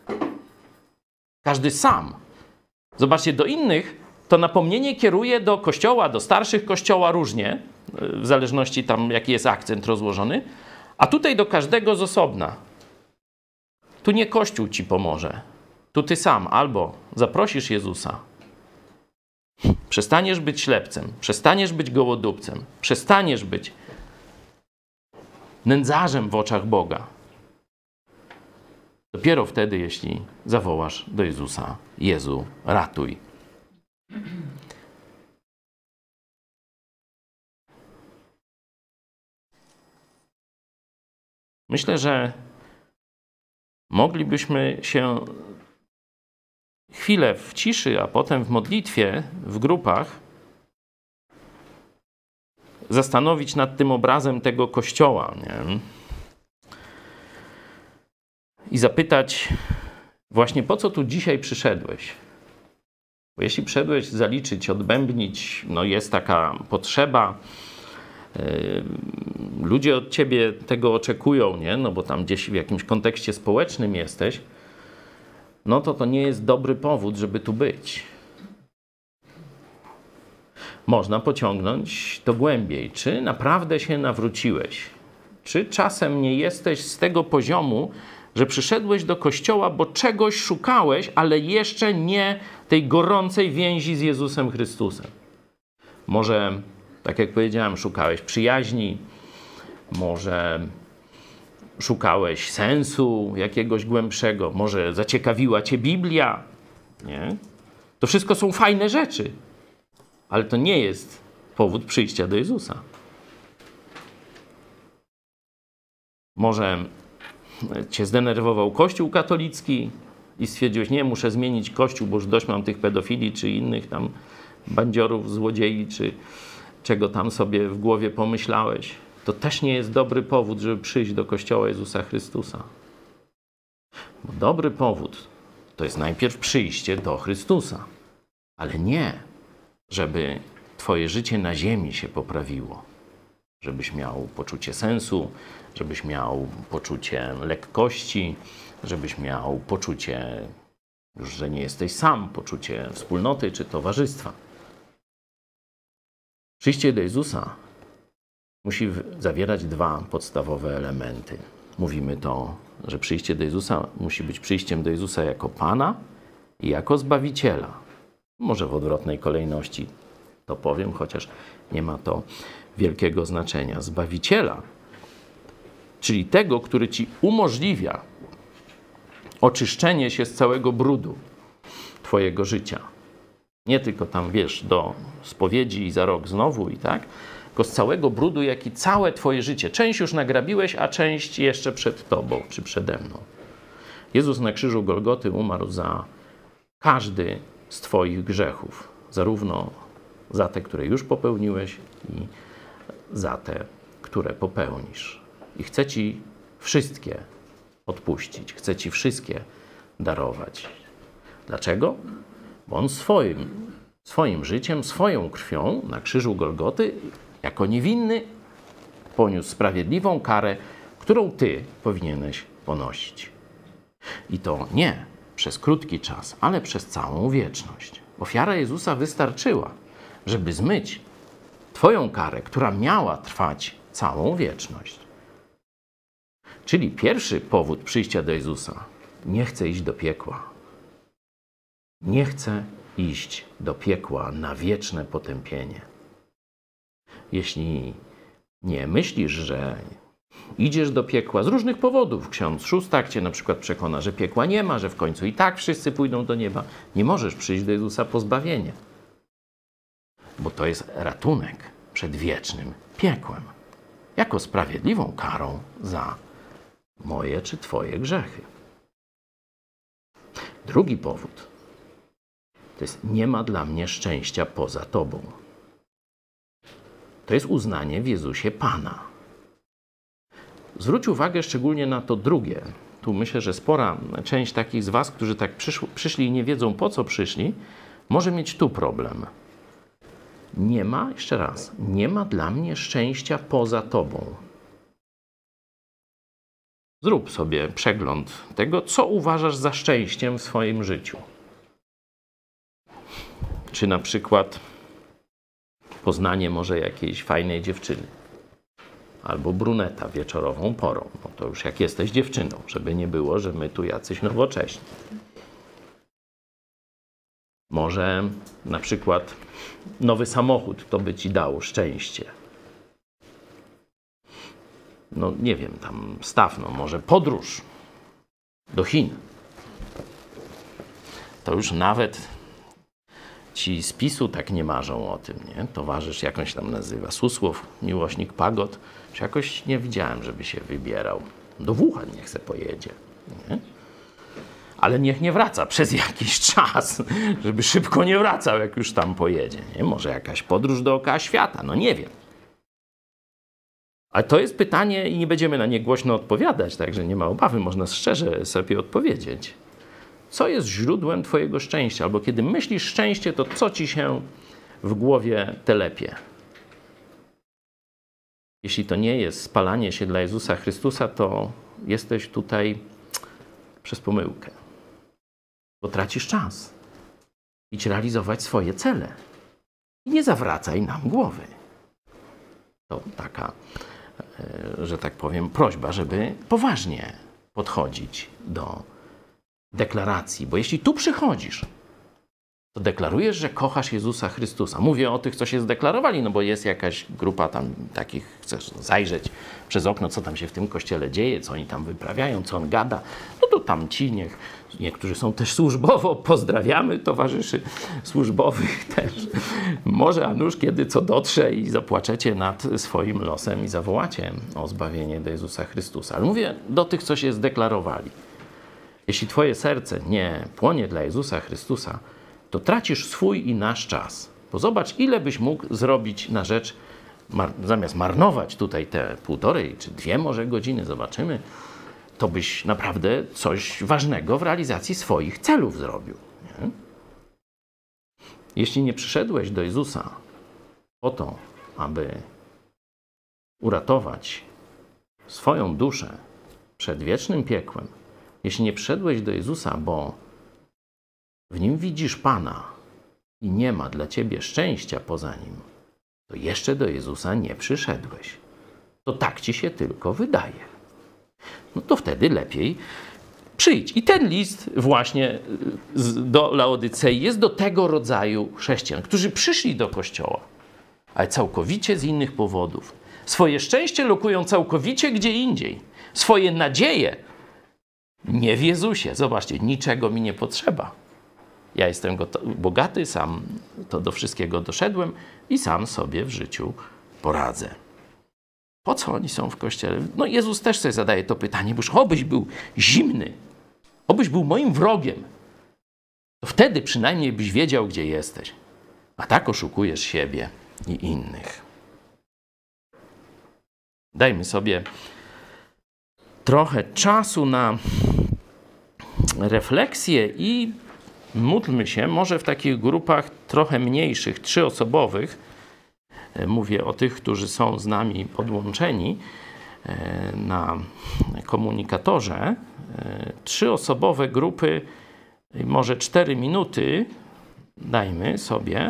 każdy sam, zobaczcie, do innych to napomnienie kieruje do Kościoła, do starszych Kościoła różnie, w zależności tam jaki jest akcent rozłożony, a tutaj do każdego z osobna. Tu nie Kościół ci pomoże. Tu ty sam albo zaprosisz Jezusa, przestaniesz być ślepcem, przestaniesz być gołodupcem, przestaniesz być nędzarzem w oczach Boga. Dopiero wtedy, jeśli zawołasz do Jezusa, Jezu, ratuj. Myślę, że moglibyśmy się chwilę w ciszy, a potem w modlitwie, w grupach zastanowić nad tym obrazem tego Kościoła, nie? I zapytać właśnie, po co tu dzisiaj przyszedłeś? Bo jeśli przyszedłeś zaliczyć, odbębnić, no jest taka potrzeba, yy, ludzie od ciebie tego oczekują, nie? No bo tam gdzieś w jakimś kontekście społecznym jesteś, no to to nie jest dobry powód, żeby tu być. Można pociągnąć to głębiej. Czy naprawdę się nawróciłeś? Czy czasem nie jesteś z tego poziomu, że przyszedłeś do kościoła, bo czegoś szukałeś, ale jeszcze nie tej gorącej więzi z Jezusem Chrystusem. Może, tak jak powiedziałem, szukałeś przyjaźni, może szukałeś sensu jakiegoś głębszego, może zaciekawiła cię Biblia, nie? To wszystko są fajne rzeczy, ale to nie jest powód przyjścia do Jezusa. Może cię zdenerwował Kościół katolicki i stwierdziłeś, nie, muszę zmienić Kościół, bo już dość mam tych pedofili, czy innych tam bandziorów, złodziei, czy czego tam sobie w głowie pomyślałeś. To też nie jest dobry powód, żeby przyjść do Kościoła Jezusa Chrystusa. Bo dobry powód to jest najpierw przyjście do Chrystusa, ale nie, żeby twoje życie na ziemi się poprawiło. Żebyś miał poczucie sensu, żebyś miał poczucie lekkości, żebyś miał poczucie, już, że nie jesteś sam, poczucie wspólnoty czy towarzystwa. Przyjście do Jezusa musi zawierać dwa podstawowe elementy. Mówimy to, że przyjście do Jezusa musi być przyjściem do Jezusa jako Pana i jako Zbawiciela. Może w odwrotnej kolejności to powiem, chociaż nie ma to wielkiego znaczenia. Zbawiciela, czyli tego, który ci umożliwia oczyszczenie się z całego brudu twojego życia. Nie tylko tam, wiesz, do spowiedzi i za rok znowu i tak, tylko z całego brudu, jak i całe twoje życie. Część już nagrabiłeś, a część jeszcze przed tobą, czy przede mną. Jezus na krzyżu Golgoty umarł za każdy z twoich grzechów. Zarówno za te, które już popełniłeś i za te, które popełnisz. I chce ci wszystkie odpuścić. Chce ci wszystkie darować. Dlaczego? Bo On swoim, swoim życiem, swoją krwią na krzyżu Golgoty jako niewinny poniósł sprawiedliwą karę, którą ty powinieneś ponosić. I to nie przez krótki czas, ale przez całą wieczność. Ofiara Jezusa wystarczyła, żeby zmyć twoją karę, która miała trwać całą wieczność. Czyli pierwszy powód przyjścia do Jezusa: nie chcę iść do piekła. Nie chcę iść do piekła na wieczne potępienie. Jeśli nie myślisz, że idziesz do piekła z różnych powodów, ksiądz Szóstak cię na przykład przekona, że piekła nie ma, że w końcu i tak wszyscy pójdą do nieba, nie możesz przyjść do Jezusa po zbawienie. Bo to jest ratunek przed wiecznym piekłem, jako sprawiedliwą karą za moje czy twoje grzechy. Drugi powód to jest: nie ma dla mnie szczęścia poza Tobą. To jest uznanie w Jezusie Pana. Zwróć uwagę szczególnie na to drugie. Tu myślę, że spora część takich z was, którzy tak przyszł, przyszli i nie wiedzą, po co przyszli, może mieć tu problem. Nie ma, jeszcze raz, nie ma dla mnie szczęścia poza Tobą. Zrób sobie przegląd tego, co uważasz za szczęściem w swoim życiu. Czy na przykład poznanie może jakiejś fajnej dziewczyny, albo bruneta wieczorową porą. No to już jak jesteś dziewczyną, żeby nie było, że my tu jacyś nowocześni. Może na przykład nowy samochód, to by ci dał szczęście. No nie wiem, tam staw, no może podróż do Chin. To już nawet ci z PiSu tak nie marzą o tym, nie? Towarzysz, jakąś tam nazywa, Susłow, miłośnik pagod. Czy jakoś nie widziałem, żeby się wybierał. Do Wuhan niech se pojedzie, nie? Ale niech nie wraca przez jakiś czas, żeby szybko nie wracał, jak już tam pojedzie, nie? Może jakaś podróż dookoła świata, no nie wiem. Ale to jest pytanie i nie będziemy na nie głośno odpowiadać, także nie ma obawy, można szczerze sobie odpowiedzieć. Co jest źródłem twojego szczęścia? Albo kiedy myślisz szczęście, to co ci się w głowie telepie? Jeśli to nie jest spalanie się dla Jezusa Chrystusa, to jesteś tutaj przez pomyłkę. Bo tracisz czas. Idź realizować swoje cele. I nie zawracaj nam głowy. To taka, że tak powiem, prośba, żeby poważnie podchodzić do deklaracji. Bo jeśli tu przychodzisz, to deklarujesz, że kochasz Jezusa Chrystusa. Mówię o tych, co się zdeklarowali, no bo jest jakaś grupa tam takich, chcesz zajrzeć przez okno, co tam się w tym kościele dzieje, co oni tam wyprawiają, co on gada. No to tam ci, niech, niektórzy są też służbowo, pozdrawiamy towarzyszy służbowych też. Może a nuż kiedy co dotrze i zapłaczecie nad swoim losem i zawołacie o zbawienie do Jezusa Chrystusa. Ale mówię do tych, co się zdeklarowali. Jeśli twoje serce nie płonie dla Jezusa Chrystusa, to tracisz swój i nasz czas. Bo zobacz, ile byś mógł zrobić na rzecz, mar zamiast marnować tutaj te półtorej czy dwie może godziny, zobaczymy, to byś naprawdę coś ważnego w realizacji swoich celów zrobił. Nie? Jeśli nie przyszedłeś do Jezusa po to, aby uratować swoją duszę przed wiecznym piekłem, jeśli nie przyszedłeś do Jezusa, bo w Nim widzisz Pana i nie ma dla ciebie szczęścia poza Nim, to jeszcze do Jezusa nie przyszedłeś. To tak ci się tylko wydaje. No to wtedy lepiej przyjdź. I ten list właśnie do Laodycei jest do tego rodzaju chrześcijan, którzy przyszli do Kościoła, ale całkowicie z innych powodów. Swoje szczęście lokują całkowicie gdzie indziej. Swoje nadzieje nie w Jezusie. Zobaczcie, niczego mi nie potrzeba. Ja jestem bogaty, sam to do wszystkiego doszedłem i sam sobie w życiu poradzę. Po co oni są w Kościele? No Jezus też sobie zadaje to pytanie, bo już obyś był zimny, obyś był moim wrogiem, to wtedy przynajmniej byś wiedział, gdzie jesteś. A tak oszukujesz siebie i innych. Dajmy sobie trochę czasu na refleksję i módlmy się, może w takich grupach trochę mniejszych, trzyosobowych, mówię o tych, którzy są z nami podłączeni na komunikatorze, trzyosobowe grupy, może cztery minuty dajmy sobie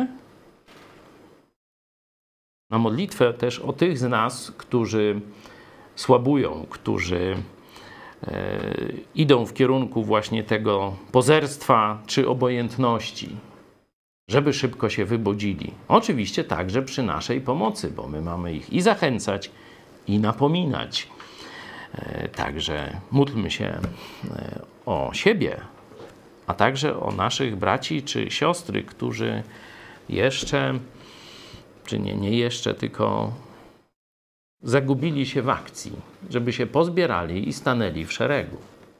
na modlitwę też o tych z nas, którzy słabują, którzy idą w kierunku właśnie tego pozerstwa czy obojętności, żeby szybko się wybudzili. Oczywiście także przy naszej pomocy, bo my mamy ich i zachęcać, i napominać. Także módlmy się o siebie, a także o naszych braci czy siostry, którzy jeszcze, czy nie, nie jeszcze, tylko zagubili się w akcji, żeby się pozbierali i stanęli w szeregu.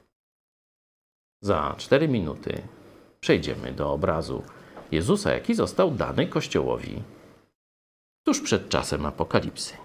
Za cztery minuty przejdziemy do obrazu Jezusa, jaki został dany Kościołowi tuż przed czasem apokalipsy.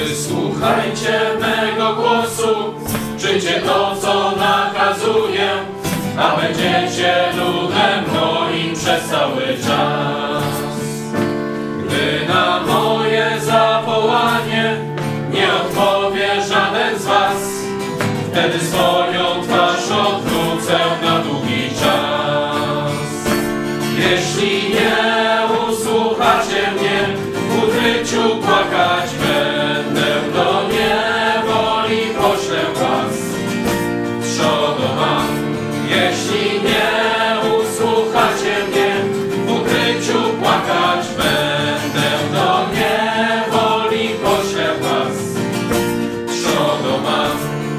Wysłuchajcie mego głosu, czyńcie to, co nakazuję, a będziecie ludem moim przez cały czas. Gdy na moje zawołanie nie odpowie żaden z was, wtedy swoją twarz odwrócę na długi czas. Jeśli nie usłuchacie mnie, w ukryciu płakać będę, do niewoli poślę was. Trzodo wam, jeśli nie usłuchacie mnie, w ukryciu płakać będę, do niewoli poślę was. Trzodo wam,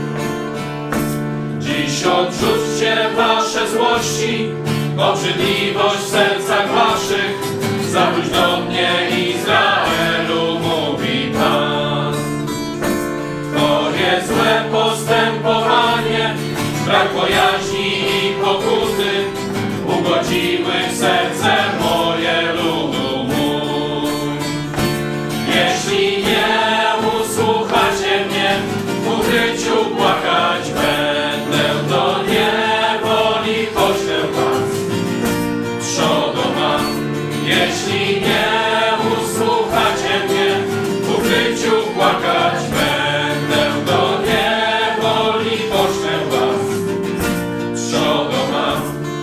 dziś odrzućcie wasze złości, obrzydliwość w sercach waszych. Zawróć do mnie, Izraelu, mówi Pan. Twoje złe postępowanie, brak bojaźni i pokuty ugodziły w serce moje, ludu mój. Jeśli nie usłuchacie mnie, w ukryciu płakać będę, do niewoli poślę was. Trzodo wam, jeśli nie usłuchacie mnie, w ukryciu płakać będę, do niewoli poślę was. Trzodo wam,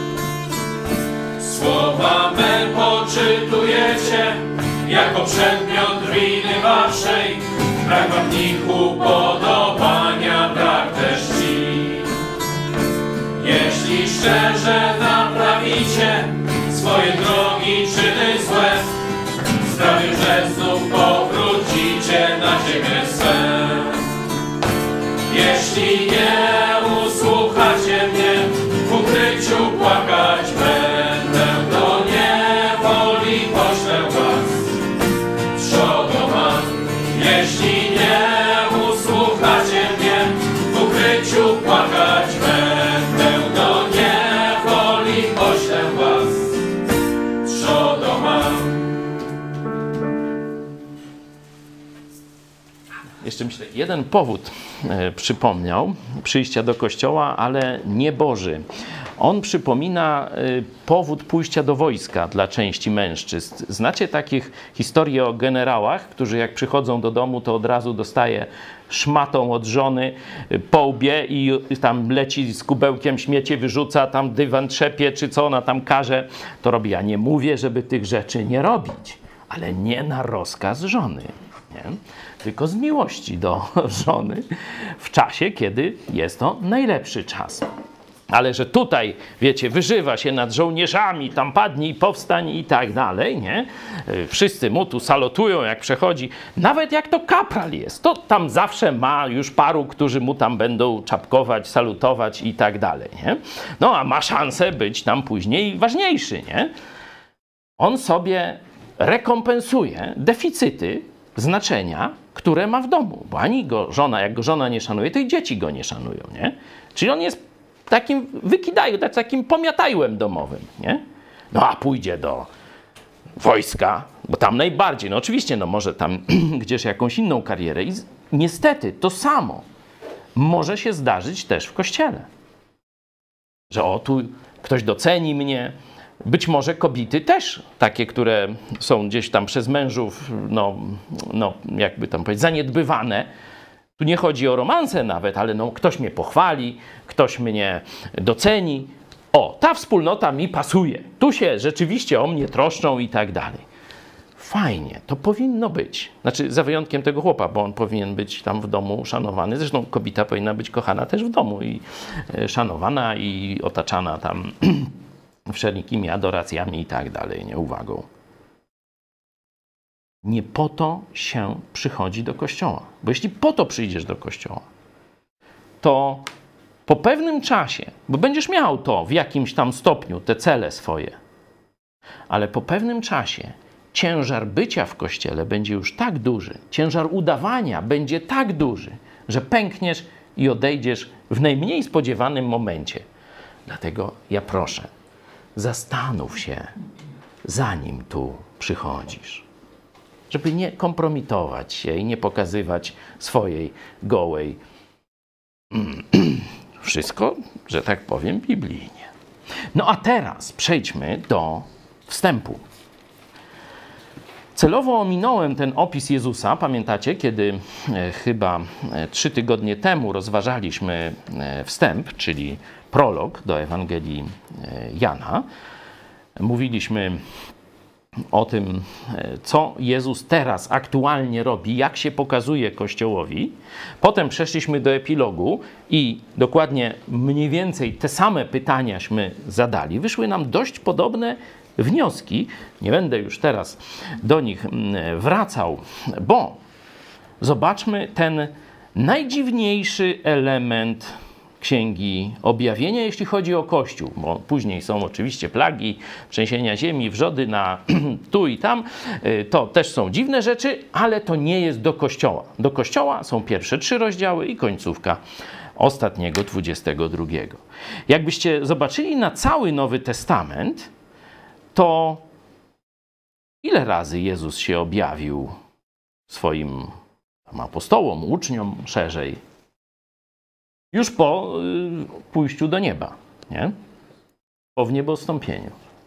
słowa me poczytujecie, jako przedmiot winy waszej, brak wam w nich upodobania, brak też ci. Jeśli szczerze naprawicie swoje drogi, czyny złe, sprawię, że znów powrócicie na ziemię swe. Jeśli nie usłuchacie mnie, w ukryciu płakać będę, do niewoli poślę was. Trzodo wam, jeśli nie usłuchacie mnie, w ukryciu płakać będę, do niewoli poślę was. Trzodo wam. Jeszcze myślę, jeden powód e, przypomniał przyjścia do kościoła, ale nie Boży. On przypomina e, powód pójścia do wojska dla części mężczyzn. Znacie takich historii o generałach, którzy jak przychodzą do domu, to od razu dostaje szmatą od żony po łbie i tam leci z kubełkiem, śmiecie wyrzuca, tam dywan trzepie, czy co ona tam każe, to robi. Ja nie mówię, żeby tych rzeczy nie robić, ale nie na rozkaz żony. Nie? Tylko z miłości do żony w czasie, kiedy jest to najlepszy czas. Ale że tutaj, wiecie, wyżywa się nad żołnierzami, tam padnij, powstań i tak dalej, nie? Wszyscy mu tu salutują, jak przechodzi. Nawet jak to kapral jest, to tam zawsze ma już paru, którzy mu tam będą czapkować, salutować i tak dalej, nie? No, a ma szansę być tam później ważniejszy, nie? On sobie rekompensuje deficyty znaczenia, które ma w domu, bo ani go żona, jak go żona nie szanuje, to i dzieci go nie szanują, nie? Czyli on jest takim wykidaju, takim pomiatajłem domowym, nie? No a pójdzie do wojska, bo tam najbardziej, no oczywiście, no może tam gdzieś jakąś inną karierę i niestety to samo może się zdarzyć też w kościele. Że o, tu ktoś doceni mnie. Być może kobiety też, takie, które są gdzieś tam przez mężów, no, no jakby tam powiedzieć, zaniedbywane. Tu nie chodzi o romanse nawet, ale no, ktoś mnie pochwali, ktoś mnie doceni. O, ta wspólnota mi pasuje. Tu się rzeczywiście o mnie troszczą i tak dalej. Fajnie, to powinno być. Znaczy, za wyjątkiem tego chłopa, bo on powinien być tam w domu szanowany. Zresztą kobieta powinna być kochana też w domu i szanowana i otaczana tam wszelkimi adoracjami i tak dalej, nie, uwagą. Nie po to się przychodzi do kościoła. Bo jeśli po to przyjdziesz do kościoła, to po pewnym czasie, bo będziesz miał to w jakimś tam stopniu, te cele swoje, ale po pewnym czasie ciężar bycia w kościele będzie już tak duży, ciężar udawania będzie tak duży, że pękniesz i odejdziesz w najmniej spodziewanym momencie. Dlatego ja proszę, zastanów się, zanim tu przychodzisz. żeby nie kompromitować się i nie pokazywać swojej gołej. Wszystko, że tak powiem, biblijnie. No a teraz przejdźmy do wstępu. Celowo ominąłem ten opis Jezusa, pamiętacie, kiedy e, chyba e, trzy tygodnie temu rozważaliśmy e, wstęp, czyli prolog do Ewangelii e, Jana. Mówiliśmy o tym, e, co Jezus teraz aktualnie robi, jak się pokazuje Kościołowi. Potem przeszliśmy do epilogu i dokładnie mniej więcej te same pytaniaśmy zadali. Wyszły nam dość podobne wnioski. Nie będę już teraz do nich wracał, bo zobaczmy ten najdziwniejszy element Księgi Objawienia, jeśli chodzi o Kościół, bo później są oczywiście plagi, trzęsienia ziemi, wrzody na tu i tam. To też są dziwne rzeczy, ale to nie jest do Kościoła. Do Kościoła są pierwsze trzy rozdziały i końcówka ostatniego, dwudziestego drugiego. Jakbyście zobaczyli na cały Nowy Testament, to ile razy Jezus się objawił swoim apostołom, uczniom szerzej? Już po y, pójściu do nieba, nie? Po wniebostąpieniu.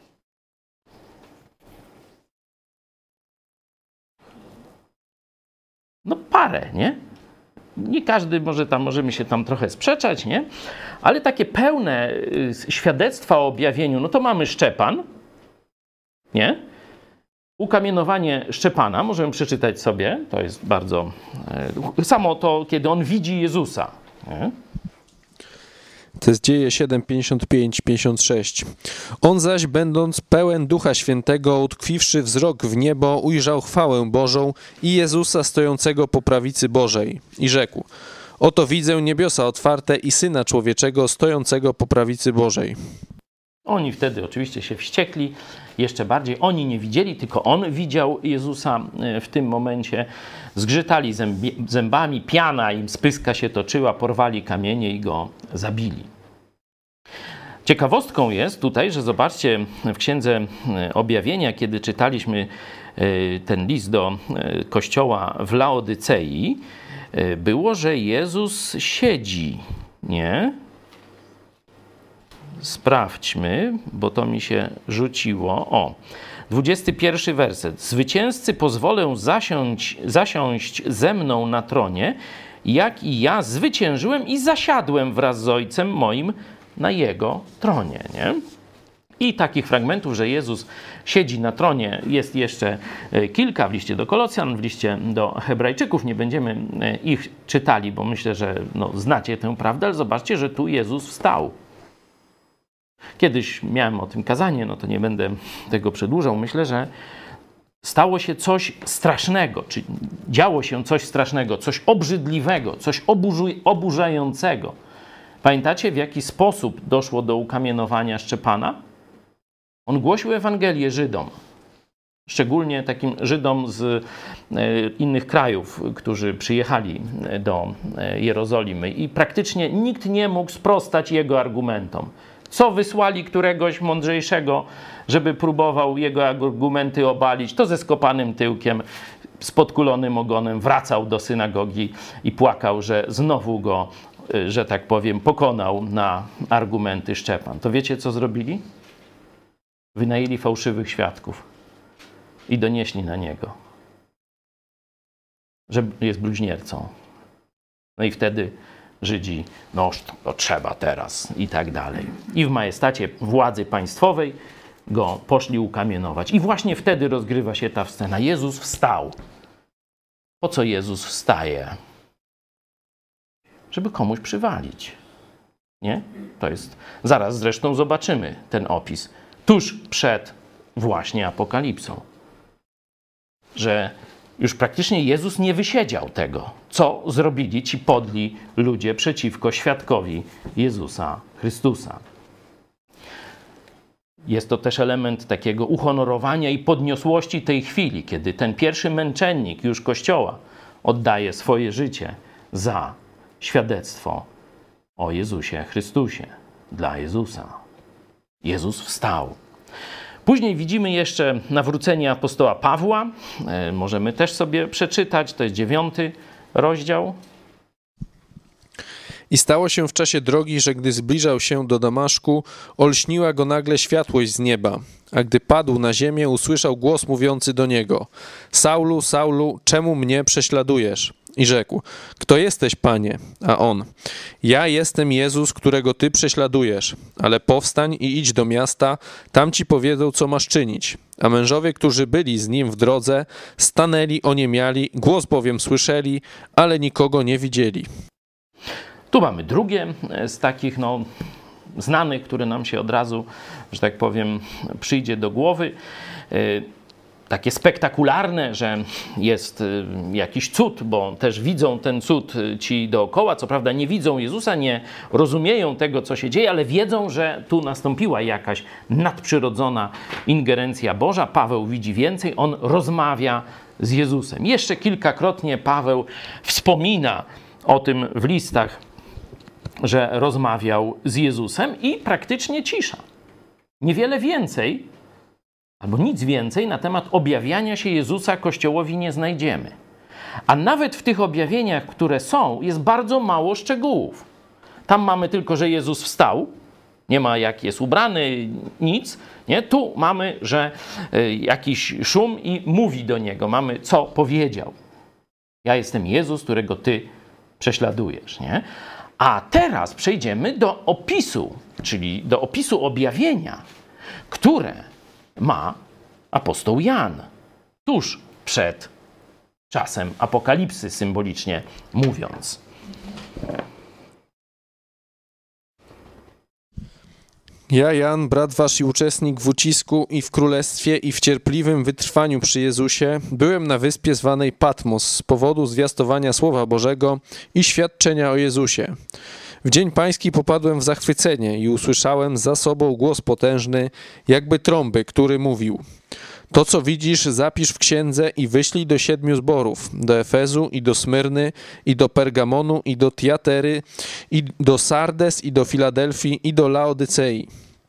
No parę, nie? Nie każdy może tam, możemy się tam trochę sprzeczać, nie? Ale takie pełne y, świadectwa o objawieniu, no to mamy Szczepan, nie? Ukamienowanie Szczepana, możemy przeczytać sobie, to jest bardzo... E, samo to, kiedy on widzi Jezusa. Nie? To jest Dzieje siedem, pięćdziesiąt pięć, pięćdziesiąt sześć. On zaś, będąc pełen Ducha Świętego, utkwiwszy wzrok w niebo, ujrzał chwałę Bożą i Jezusa stojącego po prawicy Bożej. I rzekł, oto widzę niebiosa otwarte i Syna Człowieczego stojącego po prawicy Bożej. Oni wtedy oczywiście się wściekli, jeszcze bardziej. Oni nie widzieli, tylko on widział Jezusa w tym momencie. Zgrzytali zębi, zębami, piana im z pyska się toczyła, porwali kamienie i go zabili. Ciekawostką jest tutaj, że zobaczcie w Księdze Objawienia, kiedy czytaliśmy ten list do kościoła w Laodycei, było, że Jezus siedzi, nie? Sprawdźmy, bo to mi się rzuciło. O, dwudziesty pierwszy werset. Zwycięzcy pozwolę zasiąść, zasiąść ze mną na tronie, jak i ja zwyciężyłem i zasiadłem wraz z Ojcem moim na Jego tronie. Nie? I takich fragmentów, że Jezus siedzi na tronie, jest jeszcze kilka w liście do Kolosjan, w liście do Hebrajczyków. Nie będziemy ich czytali, bo myślę, że no, znacie tę prawdę, ale zobaczcie, że tu Jezus wstał. Kiedyś miałem o tym kazanie, no to nie będę tego przedłużał. Myślę, że stało się coś strasznego, czy działo się coś strasznego, coś obrzydliwego, coś oburzu- oburzającego. Pamiętacie, w jaki sposób doszło do ukamienowania Szczepana? On głosił Ewangelię Żydom, szczególnie takim Żydom z innych krajów, którzy przyjechali do Jerozolimy i praktycznie nikt nie mógł sprostać jego argumentom. Co wysłali któregoś mądrzejszego, żeby próbował jego argumenty obalić, to ze skopanym tyłkiem, z podkulonym ogonem wracał do synagogi i płakał, że znowu go, że tak powiem, pokonał na argumenty Szczepan. To wiecie, co zrobili? Wynajęli fałszywych świadków i donieśli na niego, że jest bluźniercą. No i wtedy Żydzi, no to trzeba teraz i tak dalej. I w majestacie władzy państwowej go poszli ukamienować. I właśnie wtedy rozgrywa się ta scena. Jezus wstał. Po co Jezus wstaje? Żeby komuś przywalić. Nie? To jest... Zaraz zresztą zobaczymy ten opis. Tuż przed właśnie apokalipsą. Że już praktycznie Jezus nie wysiedział tego, co zrobili ci podli ludzie przeciwko świadkowi Jezusa Chrystusa. Jest to też element takiego uhonorowania i podniosłości tej chwili, kiedy ten pierwszy męczennik już Kościoła oddaje swoje życie za świadectwo o Jezusie Chrystusie, dla Jezusa. Jezus wstał. Później widzimy jeszcze nawrócenie apostoła Pawła. Możemy też sobie przeczytać, to jest dziewiąty rozdział. I stało się w czasie drogi, że gdy zbliżał się do Damaszku, olśniła go nagle światłość z nieba. A gdy padł na ziemię, usłyszał głos mówiący do niego: Saulu, Saulu, czemu mnie prześladujesz? I rzekł: Kto jesteś, Panie? A on: Ja jestem Jezus, którego ty prześladujesz, ale powstań i idź do miasta, tam ci powiedzą, co masz czynić. A mężowie, którzy byli z nim w drodze, stanęli, oniemiali, głos bowiem słyszeli, ale nikogo nie widzieli. Tu mamy drugie z takich no, znanych, które nam się od razu, że tak powiem, przyjdzie do głowy. Takie spektakularne, że jest jakiś cud, bo też widzą ten cud ci dookoła. Co prawda nie widzą Jezusa, nie rozumieją tego, co się dzieje, ale wiedzą, że tu nastąpiła jakaś nadprzyrodzona ingerencja Boża. Paweł widzi więcej, on rozmawia z Jezusem. Jeszcze kilkakrotnie Paweł wspomina o tym w listach, że rozmawiał z Jezusem i praktycznie cisza. Niewiele więcej, albo nic więcej na temat objawiania się Jezusa Kościołowi nie znajdziemy. A nawet w tych objawieniach, które są, jest bardzo mało szczegółów. Tam mamy tylko, że Jezus wstał, nie ma jak jest ubrany, nic. Nie? Tu mamy, że jakiś szum i mówi do niego. Mamy, co powiedział. Ja jestem Jezus, którego ty prześladujesz. Nie? A teraz przejdziemy do opisu, czyli do opisu objawienia, które ma apostoł Jan tuż przed czasem apokalipsy, symbolicznie mówiąc. Ja, Jan, brat wasz i uczestnik w ucisku i w królestwie i w cierpliwym wytrwaniu przy Jezusie, byłem na wyspie zwanej Patmos z powodu zwiastowania Słowa Bożego i świadczenia o Jezusie. W dzień pański popadłem w zachwycenie i usłyszałem za sobą głos potężny, jakby trąby, który mówił: To, co widzisz, zapisz w księdze i wyślij do siedmiu zborów, do Efezu i do Smyrny, i do Pergamonu, i do Tiatery, i do Sardes, i do Filadelfii, i do Laodycei.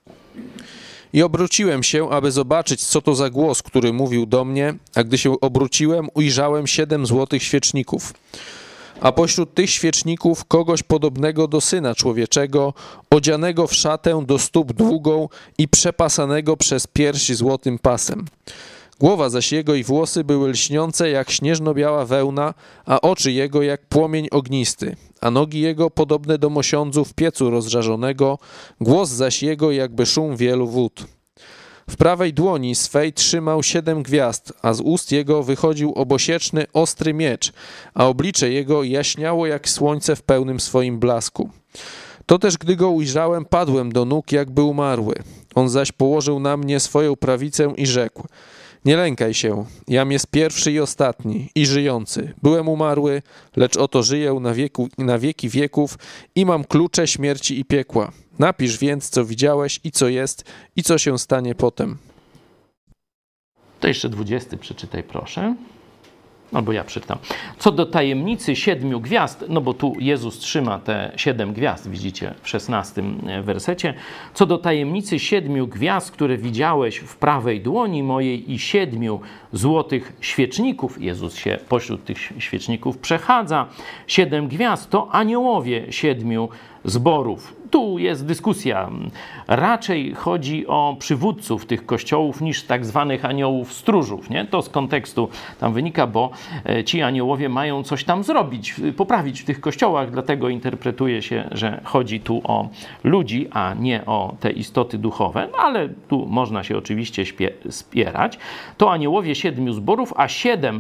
I obróciłem się, aby zobaczyć, co to za głos, który mówił do mnie, a gdy się obróciłem, ujrzałem siedem złotych świeczników. A pośród tych świeczników kogoś podobnego do Syna Człowieczego, odzianego w szatę do stóp długą i przepasanego przez piersi złotym pasem. Głowa zaś jego i włosy były lśniące jak śnieżno-biała wełna, a oczy jego jak płomień ognisty, a nogi jego podobne do mosiądzu w piecu rozżarzonego, głos zaś jego jakby szum wielu wód. W prawej dłoni swej trzymał siedem gwiazd, a z ust jego wychodził obosieczny, ostry miecz, a oblicze jego jaśniało jak słońce w pełnym swoim blasku. To też, gdy go ujrzałem, padłem do nóg, jakby umarły. On zaś położył na mnie swoją prawicę i rzekł: Nie lękaj się, jam jest pierwszy i ostatni, i żyjący. Byłem umarły, lecz oto żyję na, wieku, na wieki wieków i mam klucze śmierci i piekła. Napisz więc, co widziałeś i co jest, i co się stanie potem. To jeszcze dwudziesty przeczytaj, proszę. Albo ja przeczytam. Co do tajemnicy siedmiu gwiazd, no bo tu Jezus trzyma te siedem gwiazd, widzicie w szesnastym wersecie. Co do tajemnicy siedmiu gwiazd, które widziałeś w prawej dłoni mojej i siedmiu złotych świeczników, Jezus się pośród tych świeczników przechadza. Siedem gwiazd to aniołowie siedmiu zborów. Tu jest dyskusja. Raczej chodzi o przywódców tych kościołów niż tak zwanych aniołów stróżów. Nie? To z kontekstu tam wynika, bo ci aniołowie mają coś tam zrobić, poprawić w tych kościołach, dlatego interpretuje się, że chodzi tu o ludzi, a nie o te istoty duchowe, no, ale tu można się oczywiście spierać. To aniołowie siedmiu zborów, a siedem,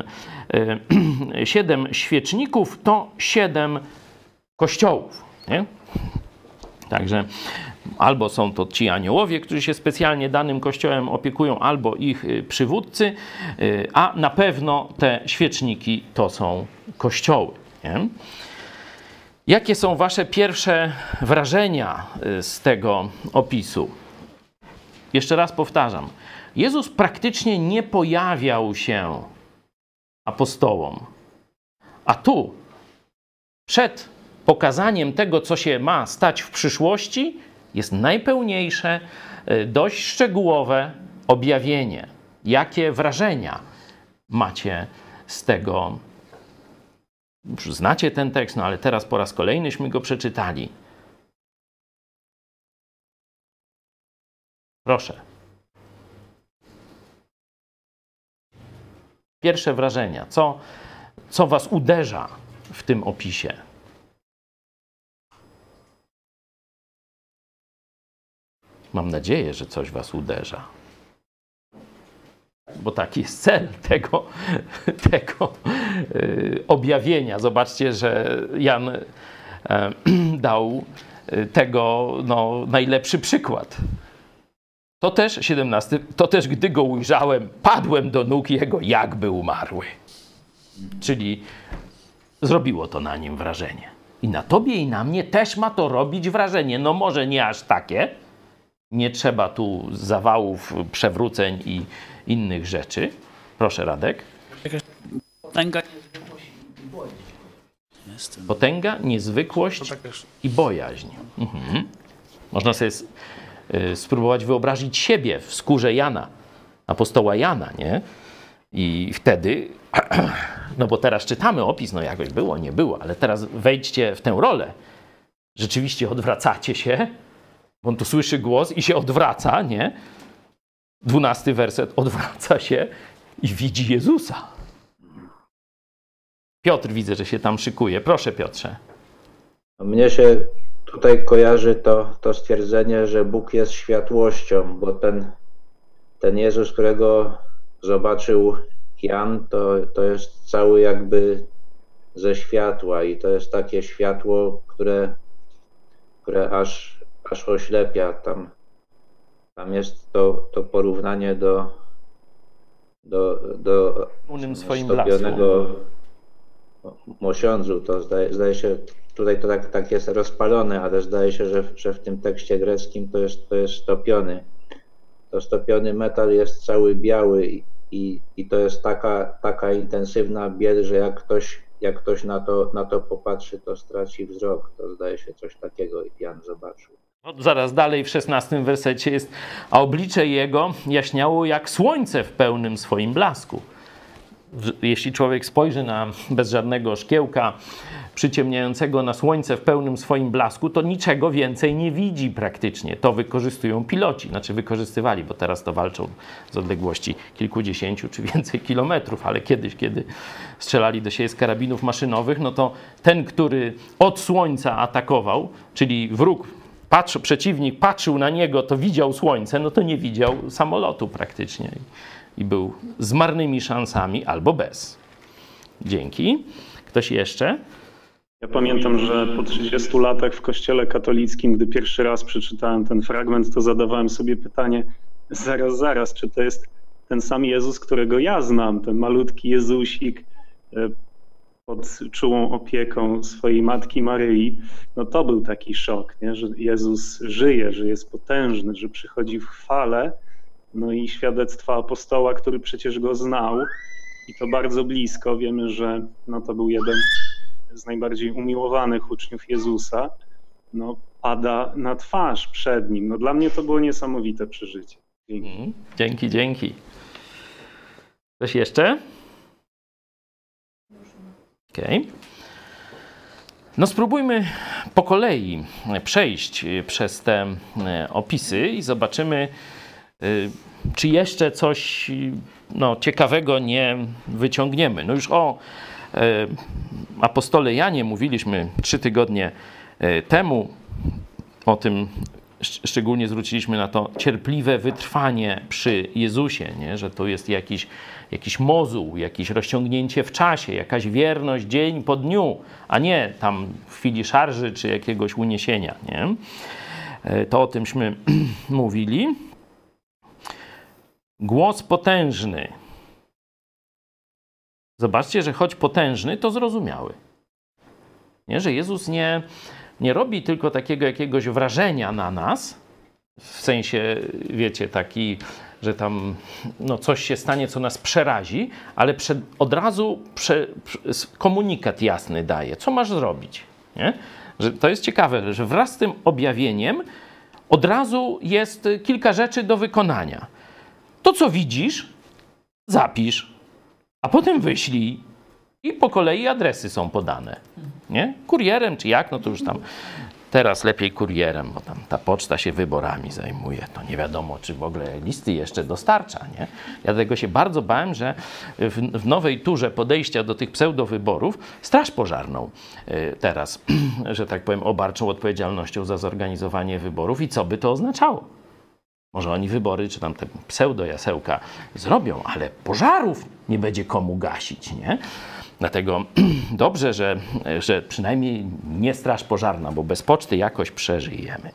e, siedem świeczników to siedem kościołów. Nie? Także albo są to ci aniołowie, którzy się specjalnie danym kościołem opiekują, albo ich przywódcy, a na pewno te świeczniki to są kościoły. Nie? Jakie są wasze pierwsze wrażenia z tego opisu? Jeszcze raz powtarzam. Jezus praktycznie nie pojawiał się apostołom. A tu, przed pokazaniem tego, co się ma stać w przyszłości, jest najpełniejsze, dość szczegółowe, objawienie. Jakie wrażenia macie z tego? Już znacie ten tekst, no ale teraz po raz kolejnyśmy go przeczytali. Proszę. Pierwsze wrażenia. Co, co was uderza w tym opisie? Mam nadzieję, że coś was uderza. Bo taki jest cel tego, tego yy, objawienia. Zobaczcie, że Jan yy, dał yy, tego no, najlepszy przykład. To też, siedemnasty, to też gdy go ujrzałem, padłem do nóg jego, jakby umarły. Czyli zrobiło to na nim wrażenie. I na tobie i na mnie też ma to robić wrażenie. No może nie aż takie. Nie trzeba tu zawałów, przewróceń i innych rzeczy. Proszę, Radek. Potęga, Potęga, niezwykłość i bojaźń. Mhm. Można sobie spróbować wyobrazić siebie w skórze Jana, apostoła Jana, nie? I wtedy, no bo teraz czytamy opis, no jakoś było, nie było, ale teraz wejdźcie w tę rolę. Rzeczywiście odwracacie się, bo on tu słyszy głos i się odwraca, nie? Dwunasty werset, odwraca się i widzi Jezusa. Piotr, widzę, że się tam szykuje. Proszę, Piotrze. Mnie się tutaj kojarzy to, to stwierdzenie, że Bóg jest światłością, bo ten, ten Jezus, którego zobaczył Jan, to, to jest cały jakby ze światła i to jest takie światło, które, które aż, aż oślepia. Tam, tam jest to, to porównanie do, do, do swoim stopionego mosiądzu. To zdaje, zdaje się, tutaj to tak, tak jest rozpalone, ale zdaje się, że, że w tym tekście greckim to jest, to jest stopiony. To stopiony metal jest cały biały i, i, i to jest taka, taka intensywna biel, że jak ktoś, jak ktoś na, to, na to popatrzy, to straci wzrok. To zdaje się coś takiego Jan zobaczył. No, zaraz dalej w szesnastym wersecie jest, a oblicze jego jaśniało jak słońce w pełnym swoim blasku. Jeśli człowiek spojrzy na bez żadnego szkiełka przyciemniającego na słońce w pełnym swoim blasku, to niczego więcej nie widzi praktycznie. To wykorzystują piloci, znaczy wykorzystywali, bo teraz to walczą z odległości kilkudziesięciu czy więcej kilometrów, ale kiedyś, kiedy strzelali do siebie z karabinów maszynowych, no to ten, który od słońca atakował, czyli wróg, patrz, przeciwnik patrzył na niego, to widział słońce, no to nie widział samolotu praktycznie. I był z marnymi szansami albo bez. Dzięki. Ktoś jeszcze? Ja pamiętam, że po trzydziestu latach w kościele katolickim, gdy pierwszy raz przeczytałem ten fragment, to zadawałem sobie pytanie, zaraz, zaraz, czy to jest ten sam Jezus, którego ja znam, ten malutki Jezusik pod czułą opieką swojej matki Maryi. No to był taki szok, nie? Że Jezus żyje, że jest potężny, że przychodzi w chwale. No i świadectwa apostoła, który przecież go znał i to bardzo blisko. Wiemy, że no to był jeden z najbardziej umiłowanych uczniów Jezusa. No pada na twarz przed nim. No dla mnie to było niesamowite przeżycie. Dzięki. Dzięki, dzięki. Coś jeszcze? Okej. Okay. No spróbujmy po kolei przejść przez te opisy i zobaczymy, czy jeszcze coś no, ciekawego nie wyciągniemy. No już o e, apostole Janie mówiliśmy trzy tygodnie temu. O tym szczególnie zwróciliśmy na to cierpliwe wytrwanie przy Jezusie, nie? Że to jest jakiś, jakiś mozuł, jakieś rozciągnięcie w czasie, jakaś wierność dzień po dniu, a nie tam w chwili szarży czy jakiegoś uniesienia. Nie? To o tymśmy mówili. Głos potężny. Zobaczcie, że choć potężny, to zrozumiały. Nie? Że Jezus nie, nie robi tylko takiego jakiegoś wrażenia na nas, w sensie, wiecie, taki, że tam no, coś się stanie, co nas przerazi, ale przed, od razu prze, komunikat jasny daje, co masz zrobić. Nie? Że to jest ciekawe, że wraz z tym objawieniem od razu jest kilka rzeczy do wykonania. to co widzisz, zapisz, a potem wyślij i po kolei adresy są podane. Nie? Kurierem czy jak, no to już tam teraz lepiej kurierem, bo tam ta poczta się wyborami zajmuje. To nie wiadomo, czy w ogóle listy jeszcze dostarcza. Nie? Ja tego się bardzo bałem, że w, w nowej turze podejścia do tych pseudowyborów Straż Pożarną y, teraz, że tak powiem, obarczą odpowiedzialnością za zorganizowanie wyborów i co by to oznaczało? Może oni wybory, czy tam te pseudo-jasełka zrobią, ale pożarów nie będzie komu gasić, nie? Dlatego dobrze, że, że przynajmniej nie Straż Pożarna, bo bez poczty jakoś przeżyjemy.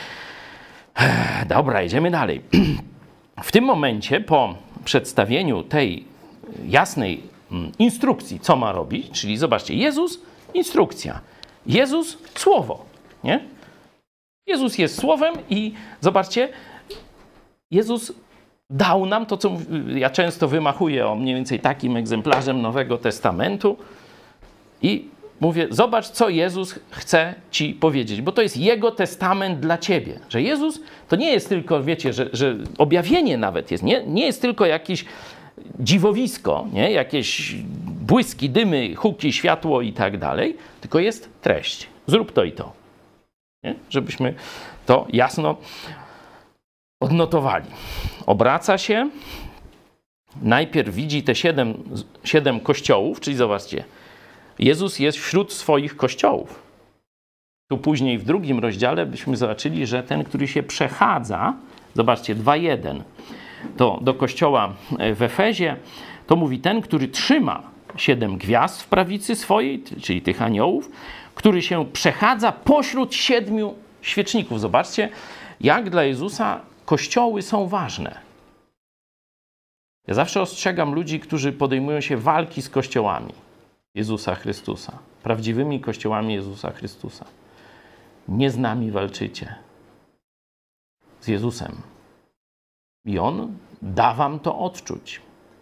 Dobra, idziemy dalej. W tym momencie, po przedstawieniu tej jasnej instrukcji, co ma robić, czyli zobaczcie, Jezus, instrukcja. Jezus, słowo, nie? Jezus jest słowem i zobaczcie, Jezus dał nam to, co ja często wymachuję o mniej więcej takim egzemplarzem Nowego Testamentu i mówię, zobacz, co Jezus chce ci powiedzieć, bo to jest Jego testament dla ciebie. Że Jezus to nie jest tylko, wiecie, że, że objawienie nawet jest, nie, nie jest tylko jakieś dziwowisko, nie? Jakieś błyski, dymy, huki, światło i tak dalej, tylko jest treść. Zrób to i to. Nie? Żebyśmy to jasno odnotowali. Obraca się, najpierw widzi te siedem, siedem kościołów, czyli zobaczcie, Jezus jest wśród swoich kościołów. Tu później w drugim rozdziale byśmy zobaczyli, że ten, który się przechadza, zobaczcie, dwa jeden, to do kościoła w Efezie, to mówi ten, który trzyma siedem gwiazd w prawicy swojej, czyli tych aniołów, który się przechadza pośród siedmiu świeczników. Zobaczcie, jak dla Jezusa kościoły są ważne. Ja zawsze ostrzegam ludzi, którzy podejmują się walki z kościołami Jezusa Chrystusa, prawdziwymi kościołami Jezusa Chrystusa. Nie z nami walczycie, z Jezusem. I On da wam to odczuć.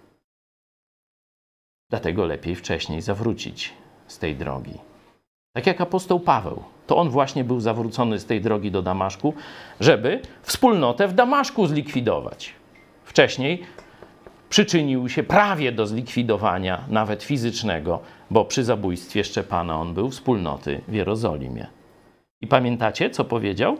Dlatego lepiej wcześniej zawrócić z tej drogi. Tak jak apostoł Paweł. To on właśnie był zawrócony z tej drogi do Damaszku, żeby wspólnotę w Damaszku zlikwidować. Wcześniej przyczynił się prawie do zlikwidowania, nawet fizycznego, bo przy zabójstwie Szczepana on był wspólnoty w Jerozolimie. I pamiętacie, co powiedział?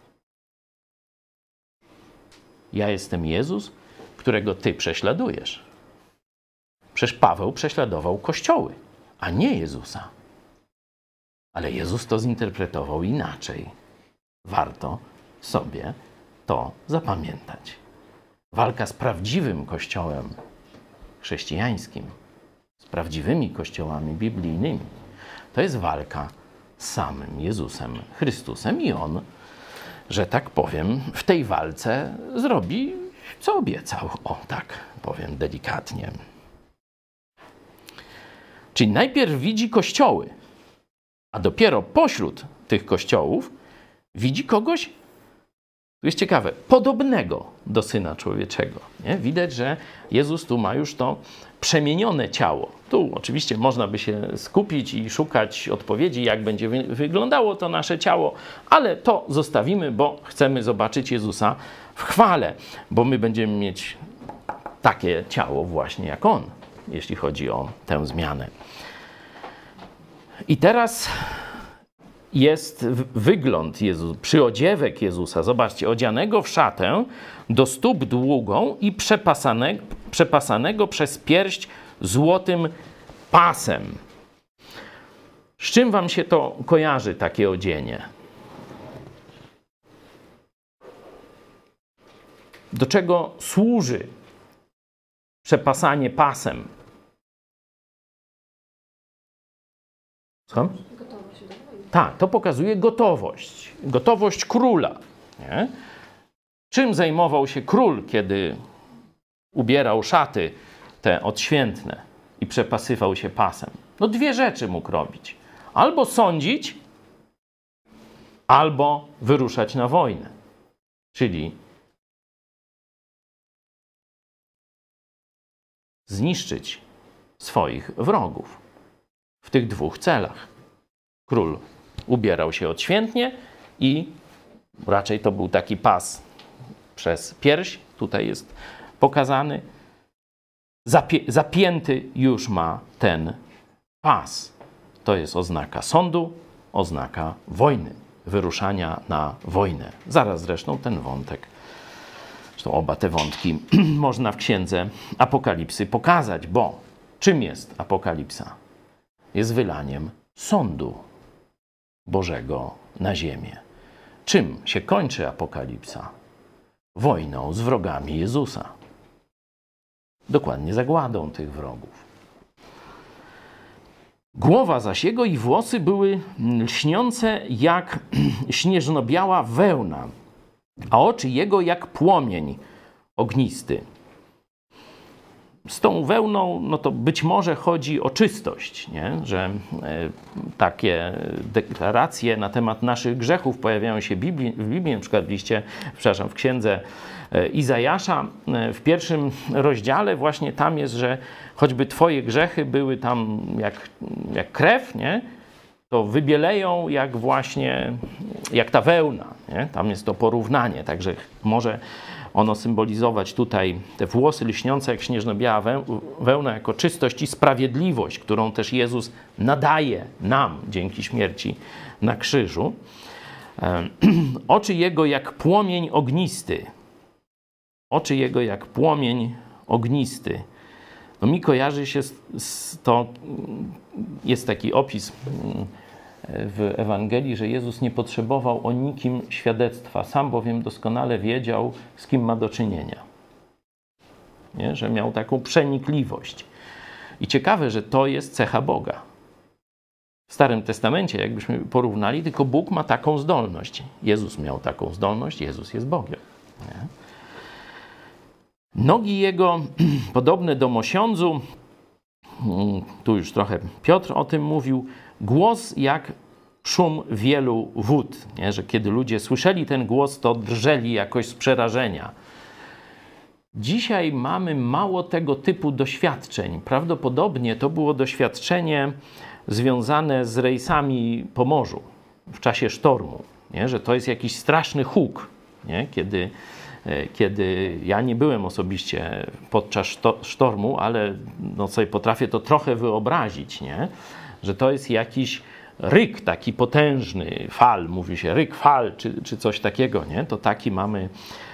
Ja jestem Jezus, którego ty prześladujesz. Przecież Paweł prześladował kościoły, a nie Jezusa. Ale Jezus to zinterpretował inaczej. Warto sobie to zapamiętać. Walka z prawdziwym kościołem chrześcijańskim, z prawdziwymi kościołami biblijnymi, to jest walka z samym Jezusem Chrystusem i On, że tak powiem, w tej walce zrobi, co obiecał. O, tak powiem delikatnie. Czyli najpierw widzi kościoły, a dopiero pośród tych kościołów widzi kogoś, to jest ciekawe, podobnego do Syna Człowieczego. Nie? Widać, że Jezus tu ma już to przemienione ciało. Tu oczywiście można by się skupić i szukać odpowiedzi, jak będzie wy- wyglądało to nasze ciało, ale to zostawimy, bo chcemy zobaczyć Jezusa w chwale, bo my będziemy mieć takie ciało właśnie jak On, jeśli chodzi o tę zmianę. I teraz jest wygląd Jezusa, przyodziewek Jezusa. Zobaczcie, odzianego w szatę do stóp długą i przepasanego, przepasanego przez pierś złotym pasem. Z czym wam się to kojarzy, takie odzienie? Do czego służy przepasanie pasem? Co? Tak, to pokazuje gotowość. Gotowość króla. Nie? Czym zajmował się król, kiedy ubierał szaty te odświętne i przepasywał się pasem? No dwie rzeczy mógł robić. Albo sądzić, albo wyruszać na wojnę. Czyli zniszczyć swoich wrogów. W tych dwóch celach. Król ubierał się odświętnie i raczej to był taki pas przez pierś. Tutaj jest pokazany, zapie, zapięty już ma ten pas. To jest oznaka sądu, oznaka wojny, wyruszania na wojnę. Zaraz zresztą ten wątek, zresztą oba te wątki można w księdze Apokalipsy pokazać, bo czym jest Apokalipsa? Jest wylaniem sądu Bożego na ziemię. Czym się kończy Apokalipsa? Wojną z wrogami Jezusa. Dokładnie zagładą tych wrogów. Głowa zaś jego i włosy były lśniące jak śnieżno-biała wełna, a oczy jego jak płomień ognisty. Z tą wełną, no to być może chodzi o czystość, nie? Że e, takie deklaracje na temat naszych grzechów pojawiają się Biblii, w Biblii, na przykład w liście, przepraszam, w księdze e, Izajasza, e, w pierwszym rozdziale właśnie tam jest, że choćby twoje grzechy były tam jak, jak krew, nie? To wybieleją jak właśnie, jak ta wełna, nie? Tam jest to porównanie, także może ono symbolizować tutaj te włosy lśniące jak śnieżno-biała wełna jako czystość i sprawiedliwość, którą też Jezus nadaje nam dzięki śmierci na krzyżu. Oczy Jego jak płomień ognisty. Oczy Jego jak płomień ognisty. No mi kojarzy się z, z to, jest taki opis w Ewangelii, że Jezus nie potrzebował o nikim świadectwa, sam bowiem doskonale wiedział, z kim ma do czynienia. Nie? Że miał taką przenikliwość. I ciekawe, że to jest cecha Boga. W Starym Testamencie, jakbyśmy porównali, tylko Bóg ma taką zdolność. Jezus miał taką zdolność, Jezus jest Bogiem. Nie? Nogi Jego podobne do mosiądzu, tu już trochę Piotr o tym mówił, głos jak szum wielu wód, nie? Że kiedy ludzie słyszeli ten głos, to drżeli jakoś z przerażenia. Dzisiaj mamy mało tego typu doświadczeń. Prawdopodobnie to było doświadczenie związane z rejsami po morzu w czasie sztormu, nie? Że to jest jakiś straszny huk, nie? Kiedy, kiedy ja nie byłem osobiście podczas sztormu, ale no sobie potrafię to trochę wyobrazić, nie? Że to jest jakiś ryk taki potężny, fal, mówi się ryk fal, czy, czy coś takiego, nie? To taki mamy.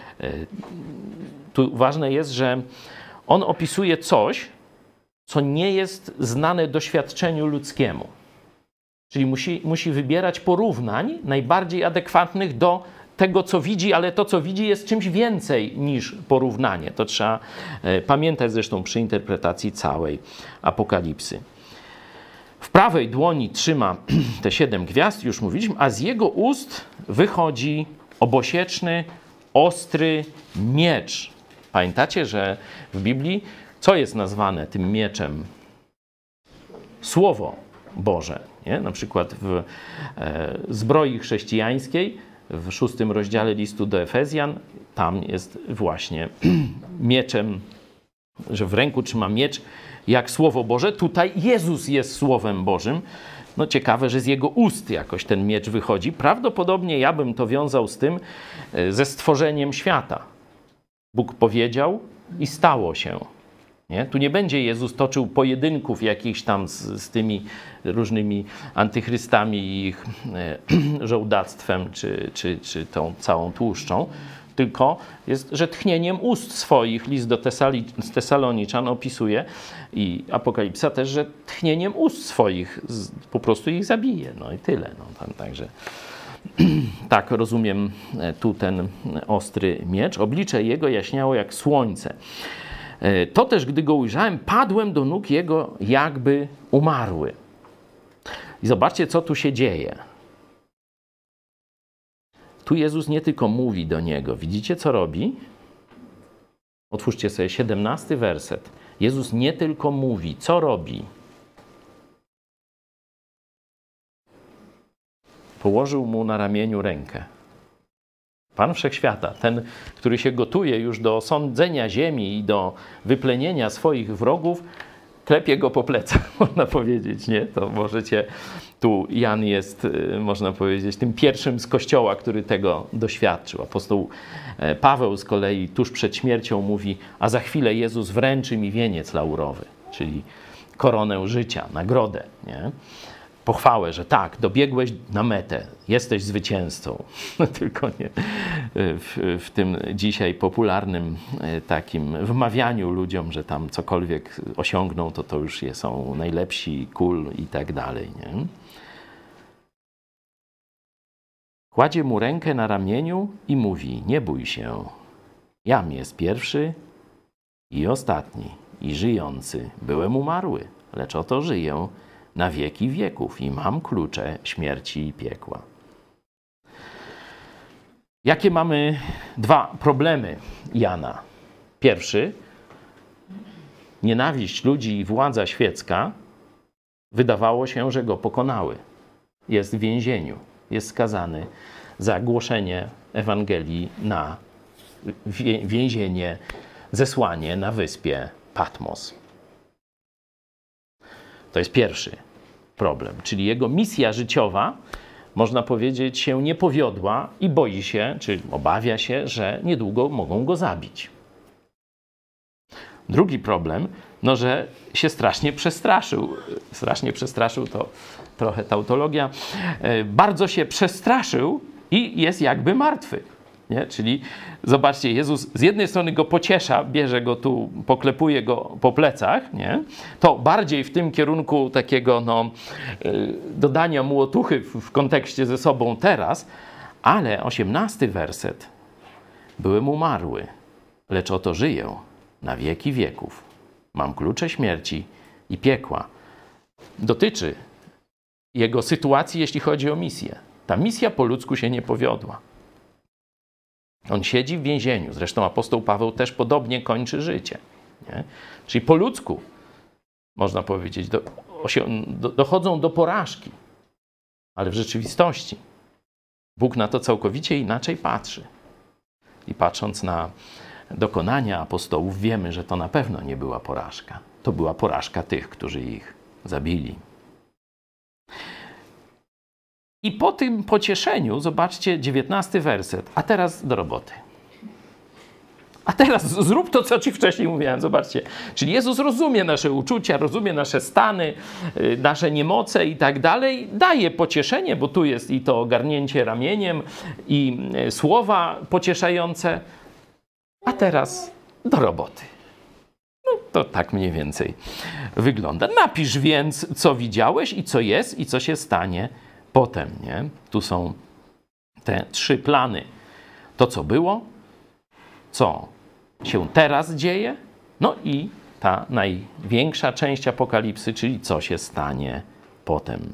Tu ważne jest, że on opisuje coś, co nie jest znane doświadczeniu ludzkiemu. Czyli musi, musi wybierać porównań najbardziej adekwatnych do tego, co widzi, ale to, co widzi, jest czymś więcej niż porównanie. To trzeba pamiętać zresztą przy interpretacji całej Apokalipsy. W prawej dłoni trzyma te siedem gwiazd, już mówiliśmy, a z jego ust wychodzi obosieczny, ostry miecz. Pamiętacie, że w Biblii co jest nazwane tym mieczem? Słowo Boże. Nie? Na przykład w e, zbroi chrześcijańskiej, w szóstym rozdziale listu do Efezjan, tam jest właśnie mieczem, że w ręku trzyma miecz jak Słowo Boże. Tutaj Jezus jest Słowem Bożym. No ciekawe, że z jego ust jakoś ten miecz wychodzi. Prawdopodobnie ja bym to wiązał z tym, ze stworzeniem świata. Bóg powiedział i stało się. Nie? Tu nie będzie Jezus toczył pojedynków jakichś tam z, z tymi różnymi antychrystami i ich e, żołdactwem, czy, czy, czy tą całą tłuszczą, tylko jest, że tchnieniem ust swoich, list do Tesali, Tesaloniczan opisuje i Apokalipsa też, że tchnieniem ust swoich z, po prostu ich zabije. No i tyle. No, tam, także tak rozumiem tu ten ostry miecz. Oblicze jego jaśniało jak słońce. To też, gdy go ujrzałem, padłem do nóg jego, jakby umarły. I zobaczcie, co tu się dzieje. Tu Jezus nie tylko mówi do niego. Widzicie, co robi? Otwórzcie sobie siedemnasty werset. Jezus nie tylko mówi, co robi? Położył mu na ramieniu rękę. Pan Wszechświata, ten, który się gotuje już do osądzenia ziemi i do wyplenienia swoich wrogów, klepie go po plecach, można powiedzieć, nie? To możecie, tu Jan jest, można powiedzieć, tym pierwszym z Kościoła, który tego doświadczył. Apostoł Paweł z kolei tuż przed śmiercią mówi, a za chwilę Jezus wręczy mi wieniec laurowy, czyli koronę życia, nagrodę, nie? Pochwałę, że tak, dobiegłeś na metę, jesteś zwycięzcą. Tylko nie w, w tym dzisiaj popularnym takim wmawianiu ludziom, że tam cokolwiek osiągną, to to już je, są najlepsi, cool i tak dalej. Nie? Kładzie mu rękę na ramieniu i mówi, nie bój się, jam jest pierwszy i ostatni i żyjący. Byłem umarły, lecz oto żyję na wieki wieków i mam klucze śmierci i piekła. Jakie mamy dwa problemy Jana? Pierwszy, nienawiść ludzi i władza świecka wydawało się, że go pokonały. Jest w więzieniu, jest skazany za głoszenie Ewangelii na więzienie, zesłanie na wyspie Patmos. To jest pierwszy problem, czyli jego misja życiowa, można powiedzieć, się nie powiodła i boi się, czy obawia się, że niedługo mogą go zabić. Drugi problem, no, że się strasznie przestraszył. Strasznie przestraszył, to trochę tautologia. Bardzo się przestraszył i jest jakby martwy. Nie? Czyli zobaczcie, Jezus z jednej strony go pociesza, bierze go tu, poklepuje go po plecach, nie? To bardziej w tym kierunku takiego no, dodania mu otuchy w, w kontekście ze sobą teraz, ale osiemnasty werset. Byłem umarły, lecz oto żyję na wieki wieków. Mam klucze śmierci i piekła. Dotyczy jego sytuacji, jeśli chodzi o misję. Ta misja po ludzku się nie powiodła. On siedzi w więzieniu. Zresztą apostoł Paweł też podobnie kończy życie. Nie? Czyli po ludzku, można powiedzieć, do, do, dochodzą do porażki. Ale w rzeczywistości Bóg na to całkowicie inaczej patrzy. I patrząc na dokonania apostołów, wiemy, że to na pewno nie była porażka. To była porażka tych, którzy ich zabili. I po tym pocieszeniu, zobaczcie, dziewiętnasty werset. A teraz do roboty. A teraz zrób to, co ci wcześniej mówiłem. Zobaczcie. Czyli Jezus rozumie nasze uczucia, rozumie nasze stany, nasze niemoce i tak dalej. Daje pocieszenie, bo tu jest i to ogarnięcie ramieniem, i słowa pocieszające. A teraz do roboty. No to tak mniej więcej wygląda. Napisz więc, co widziałeś i co jest i co się stanie potem, nie? Tu są te trzy plany. To, co było, co się teraz dzieje, no i ta największa część Apokalipsy, czyli co się stanie potem.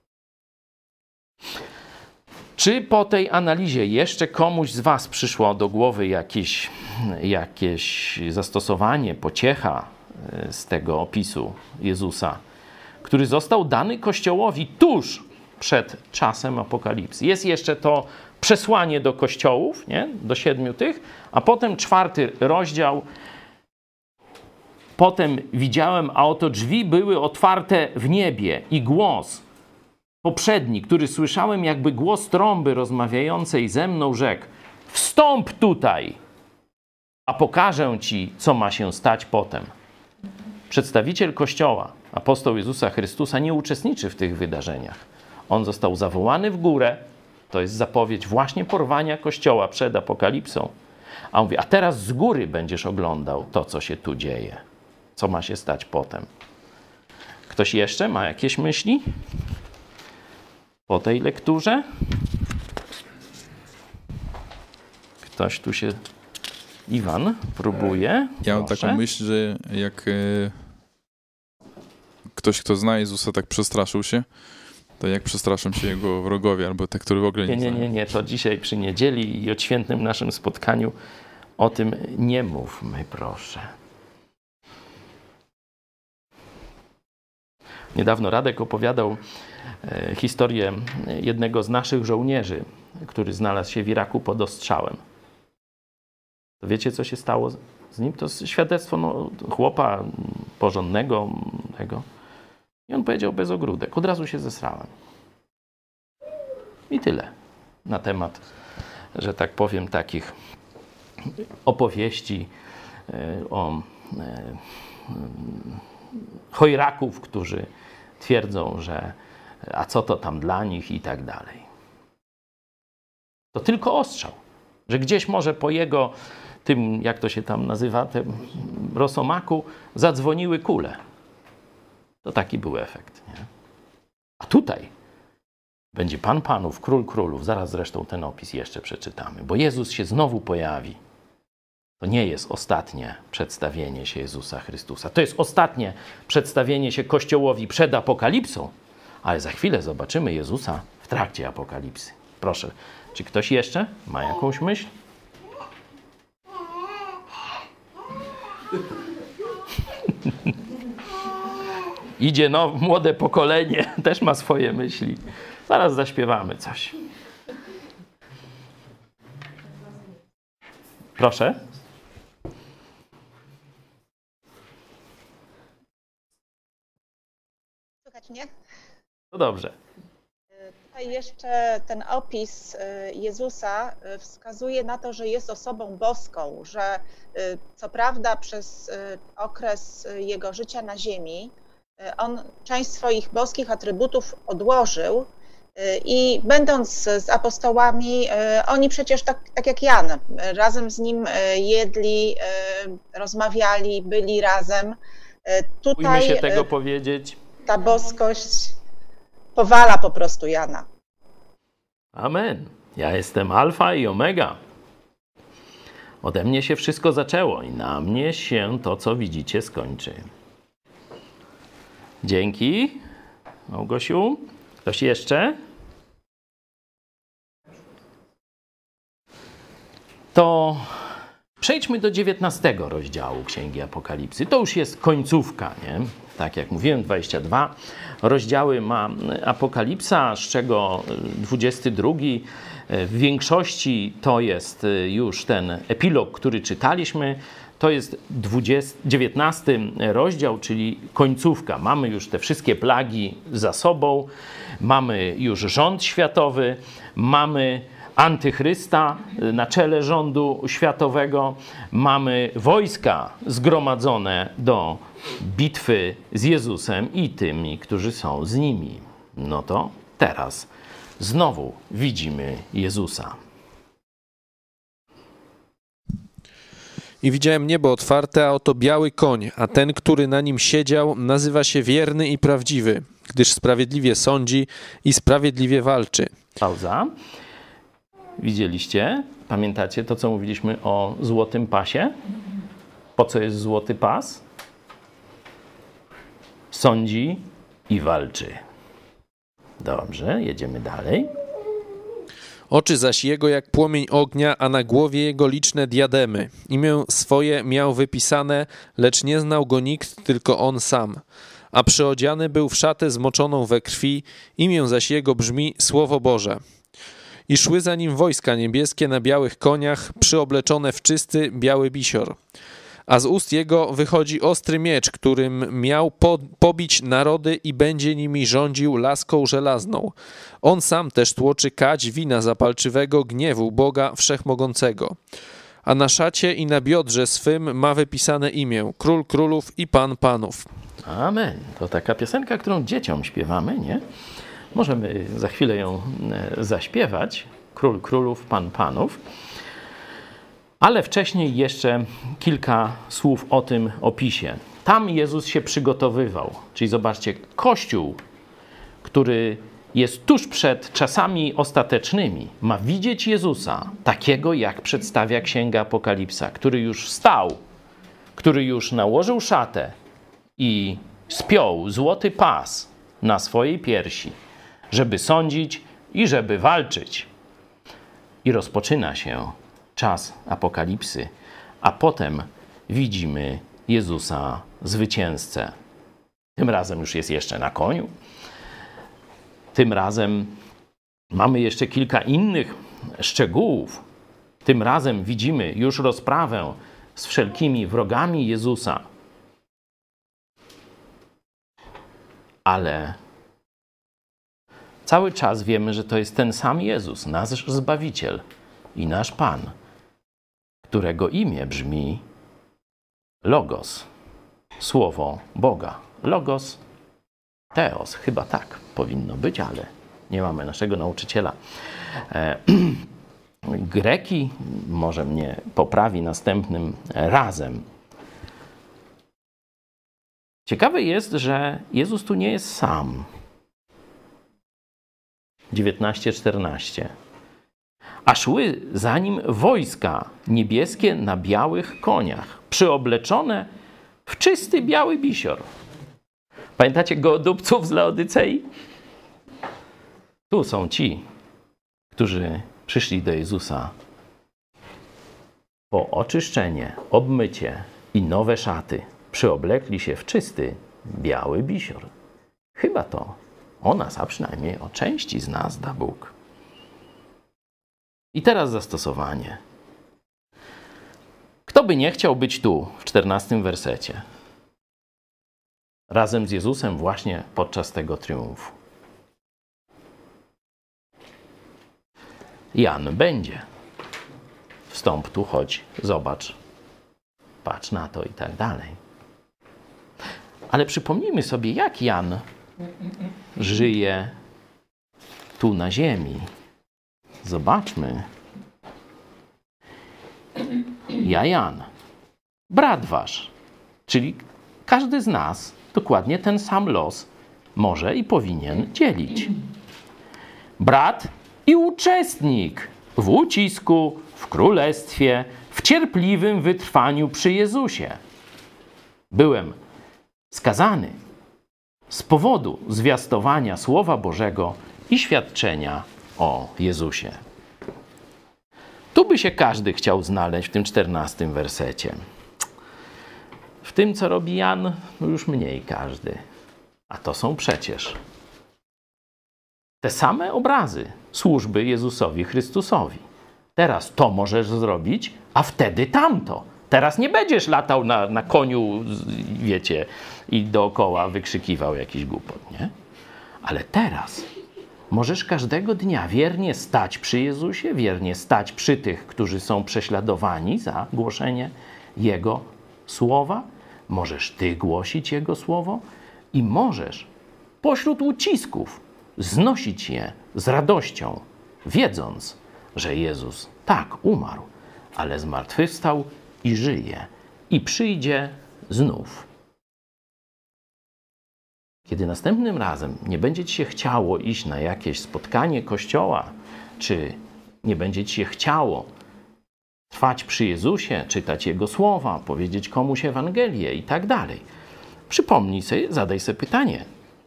Czy po tej analizie jeszcze komuś z was przyszło do głowy jakieś, jakieś zastosowanie, pociecha z tego opisu Jezusa, który został dany Kościołowi tuż przed czasem Apokalipsy? Jest jeszcze to przesłanie do kościołów, nie? Do siedmiu tych, a potem czwarty rozdział. Potem widziałem, a oto drzwi były otwarte w niebie i głos poprzedni, który słyszałem jakby głos trąby rozmawiającej ze mną, rzekł: wstąp tutaj, a pokażę ci, co ma się stać potem. Przedstawiciel Kościoła, apostoł Jezusa Chrystusa, nie uczestniczy w tych wydarzeniach. On został zawołany w górę. To jest zapowiedź właśnie porwania Kościoła przed Apokalipsą. A on mówi, a teraz z góry będziesz oglądał to, co się tu dzieje. Co ma się stać potem. Ktoś jeszcze ma jakieś myśli po tej lekturze? Ktoś tu się... Iwan próbuje. Ja mam Proszę. taką myśl, że jak e, ktoś, kto zna Jezusa, tak przestraszył się, to jak przestraszą się jego wrogowie, albo te, które w ogóle nie Nie, nie, nie, nie. To dzisiaj przy niedzieli i o świętym naszym spotkaniu o tym nie mówmy, proszę. Niedawno Radek opowiadał e, historię jednego z naszych żołnierzy, który znalazł się w Iraku pod ostrzałem. To wiecie, co się stało z nim, to jest świadectwo no, chłopa porządnego. Tego. I on powiedział bez ogródek. Od razu się zesrałem. I tyle na temat, że tak powiem, takich opowieści o chojraków, którzy twierdzą, że a co to tam dla nich i tak dalej. To tylko ostrzał, że gdzieś może po jego tym, jak to się tam nazywa, tym rosomaku zadzwoniły kule. To taki był efekt. Nie? A tutaj będzie Pan Panów, Król Królów. Zaraz zresztą ten opis jeszcze przeczytamy, bo Jezus się znowu pojawi. To nie jest ostatnie przedstawienie się Jezusa Chrystusa. To jest ostatnie przedstawienie się Kościołowi przed apokalipsą, ale za chwilę zobaczymy Jezusa w trakcie apokalipsy. Proszę, czy ktoś jeszcze ma jakąś myśl? Idzie no, młode pokolenie, też ma swoje myśli. Zaraz zaśpiewamy coś. Proszę. Słychać mnie? No dobrze. Tutaj jeszcze ten opis Jezusa wskazuje na to, że jest osobą boską, że co prawda przez okres jego życia na ziemi on część swoich boskich atrybutów odłożył i będąc z apostołami, oni przecież tak, tak jak Jan, razem z nim jedli, rozmawiali, byli razem. Tutaj Bójmy się tego powiedzieć. Ta boskość powala po prostu Jana. Amen. Ja jestem alfa i omega. Ode mnie się wszystko zaczęło i na mnie się to, co widzicie, skończy. Dzięki, Małgosiu. Ktoś jeszcze? To przejdźmy do dziewiętnastego rozdziału Księgi Apokalipsy. To już jest końcówka, nie? Tak jak mówiłem, dwadzieścia dwa rozdziały ma Apokalipsa, z czego dwudziesty drugi w większości to jest już ten epilog, który czytaliśmy. To jest dziewiętnasty rozdział, czyli końcówka. Mamy już te wszystkie plagi za sobą, mamy już rząd światowy, mamy antychrysta na czele rządu światowego, mamy wojska zgromadzone do bitwy z Jezusem i tymi, którzy są z nimi. No to teraz znowu widzimy Jezusa. I widziałem niebo otwarte, a oto biały koń, a ten, który na nim siedział, nazywa się wierny i prawdziwy, gdyż sprawiedliwie sądzi i sprawiedliwie walczy. Pauza. Widzieliście? Pamiętacie to, co mówiliśmy o złotym pasie? Po co jest złoty pas? Sądzi i walczy. Dobrze, jedziemy dalej. Oczy zaś jego jak płomień ognia, a na głowie jego liczne diademy. Imię swoje miał wypisane, lecz nie znał go nikt, tylko on sam. A przyodziany był w szatę zmoczoną we krwi, imię zaś jego brzmi Słowo Boże. I szły za nim wojska niebieskie na białych koniach, przyobleczone w czysty biały bisior. A z ust jego wychodzi ostry miecz, którym miał po, pobić narody i będzie nimi rządził laską żelazną. On sam też tłoczy kać wina zapalczywego gniewu Boga Wszechmogącego. A na szacie i na biodrze swym ma wypisane imię Król Królów i Pan Panów. Amen. To taka piosenka, którą dzieciom śpiewamy, nie? Możemy za chwilę ją zaśpiewać. Król Królów, Pan Panów. Ale wcześniej jeszcze kilka słów o tym opisie. Tam Jezus się przygotowywał. Czyli zobaczcie, Kościół, który jest tuż przed czasami ostatecznymi, ma widzieć Jezusa, takiego jak przedstawia Księga Apokalipsa, który już wstał, który już nałożył szatę i spiął złoty pas na swojej piersi, żeby sądzić i żeby walczyć. I rozpoczyna się czas apokalipsy, a potem widzimy Jezusa zwycięzcę. Tym razem już jest jeszcze na koniu. Tym razem mamy jeszcze kilka innych szczegółów. Tym razem widzimy już rozprawę z wszelkimi wrogami Jezusa. Ale cały czas wiemy, że to jest ten sam Jezus, nasz Zbawiciel i nasz Pan, którego imię brzmi Logos, Słowo Boga. Logos, Theos, chyba tak powinno być, ale nie mamy naszego nauczyciela. E, Greki, może mnie poprawi następnym razem. Ciekawe jest, że Jezus tu nie jest sam. dziewiętnaście czternaście. A szły za nim wojska niebieskie na białych koniach, przyobleczone w czysty biały bisior. Pamiętacie gołodupców z Laodycei? Tu są ci, którzy przyszli do Jezusa po oczyszczenie, obmycie i nowe szaty. Przyoblekli się w czysty biały bisior. Chyba to o nas, a przynajmniej o części z nas da Bóg. I teraz zastosowanie. Kto by nie chciał być tu, w czternastym wersecie, razem z Jezusem właśnie podczas tego triumfu? Jan będzie. Wstąp tu, chodź, zobacz, patrz na to i tak dalej. Ale przypomnijmy sobie, jak Jan żyje tu na ziemi. Zobaczmy. Ja, Jan, brat wasz, czyli każdy z nas dokładnie ten sam los może i powinien dzielić. Brat i uczestnik w ucisku, w królestwie, w cierpliwym wytrwaniu przy Jezusie. Byłem skazany z powodu zwiastowania Słowa Bożego i świadczenia o Jezusie. Tu by się każdy chciał znaleźć w tym czternastym wersecie. W tym, co robi Jan, no już mniej każdy. A to są przecież te same obrazy służby Jezusowi Chrystusowi. Teraz to możesz zrobić, a wtedy tamto. Teraz nie będziesz latał na, na koniu, wiecie, i dookoła wykrzykiwał jakiś głupot, nie? Ale teraz możesz każdego dnia wiernie stać przy Jezusie, wiernie stać przy tych, którzy są prześladowani za głoszenie Jego słowa. Możesz ty głosić Jego słowo i możesz pośród ucisków znosić je z radością, wiedząc, że Jezus tak umarł, ale zmartwychwstał i żyje i przyjdzie znów. Kiedy następnym razem nie będzie ci się chciało iść na jakieś spotkanie Kościoła, czy nie będzie ci się chciało trwać przy Jezusie, czytać Jego słowa, powiedzieć komuś Ewangelię i tak dalej, przypomnij sobie, zadaj sobie pytanie.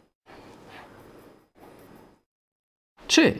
Czy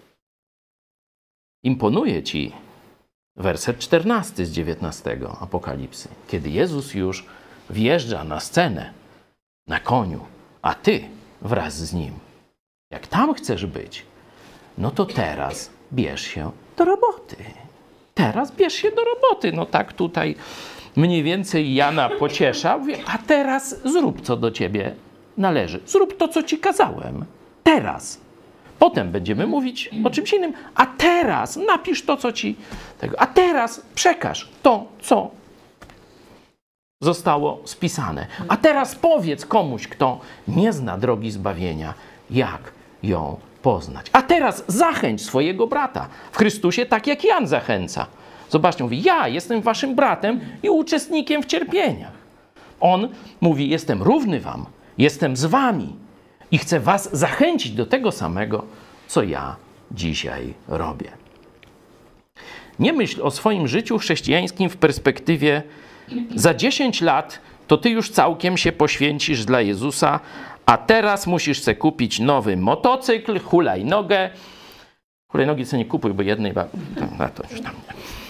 imponuje ci werset czternasty z dziewiętnastego Apokalipsy, kiedy Jezus już wjeżdża na scenę na koniu, a ty wraz z Nim. Jak tam chcesz być, no to teraz bierz się do roboty. Teraz bierz się do roboty. No tak tutaj mniej więcej Jana pociesza. Mówię, a teraz zrób, co do ciebie należy. Zrób to, co ci kazałem. Teraz. Potem będziemy mówić o czymś innym. A teraz napisz to, co ci... tego. A teraz przekaż to, co zostało spisane. A teraz powiedz komuś, kto nie zna drogi zbawienia, jak ją poznać. A teraz zachęć swojego brata w Chrystusie, tak jak Jan zachęca. Zobaczcie, mówi, ja jestem waszym bratem i uczestnikiem w cierpieniach. On mówi, jestem równy wam, jestem z wami i chcę was zachęcić do tego samego, co ja dzisiaj robię. Nie myśl o swoim życiu chrześcijańskim w perspektywie za dziesięć lat to ty już całkiem się poświęcisz dla Jezusa, a teraz musisz sobie kupić nowy motocykl, hulajnogę. Hulajnogi sobie nie kupuj, bo jednej... No to już tam nie.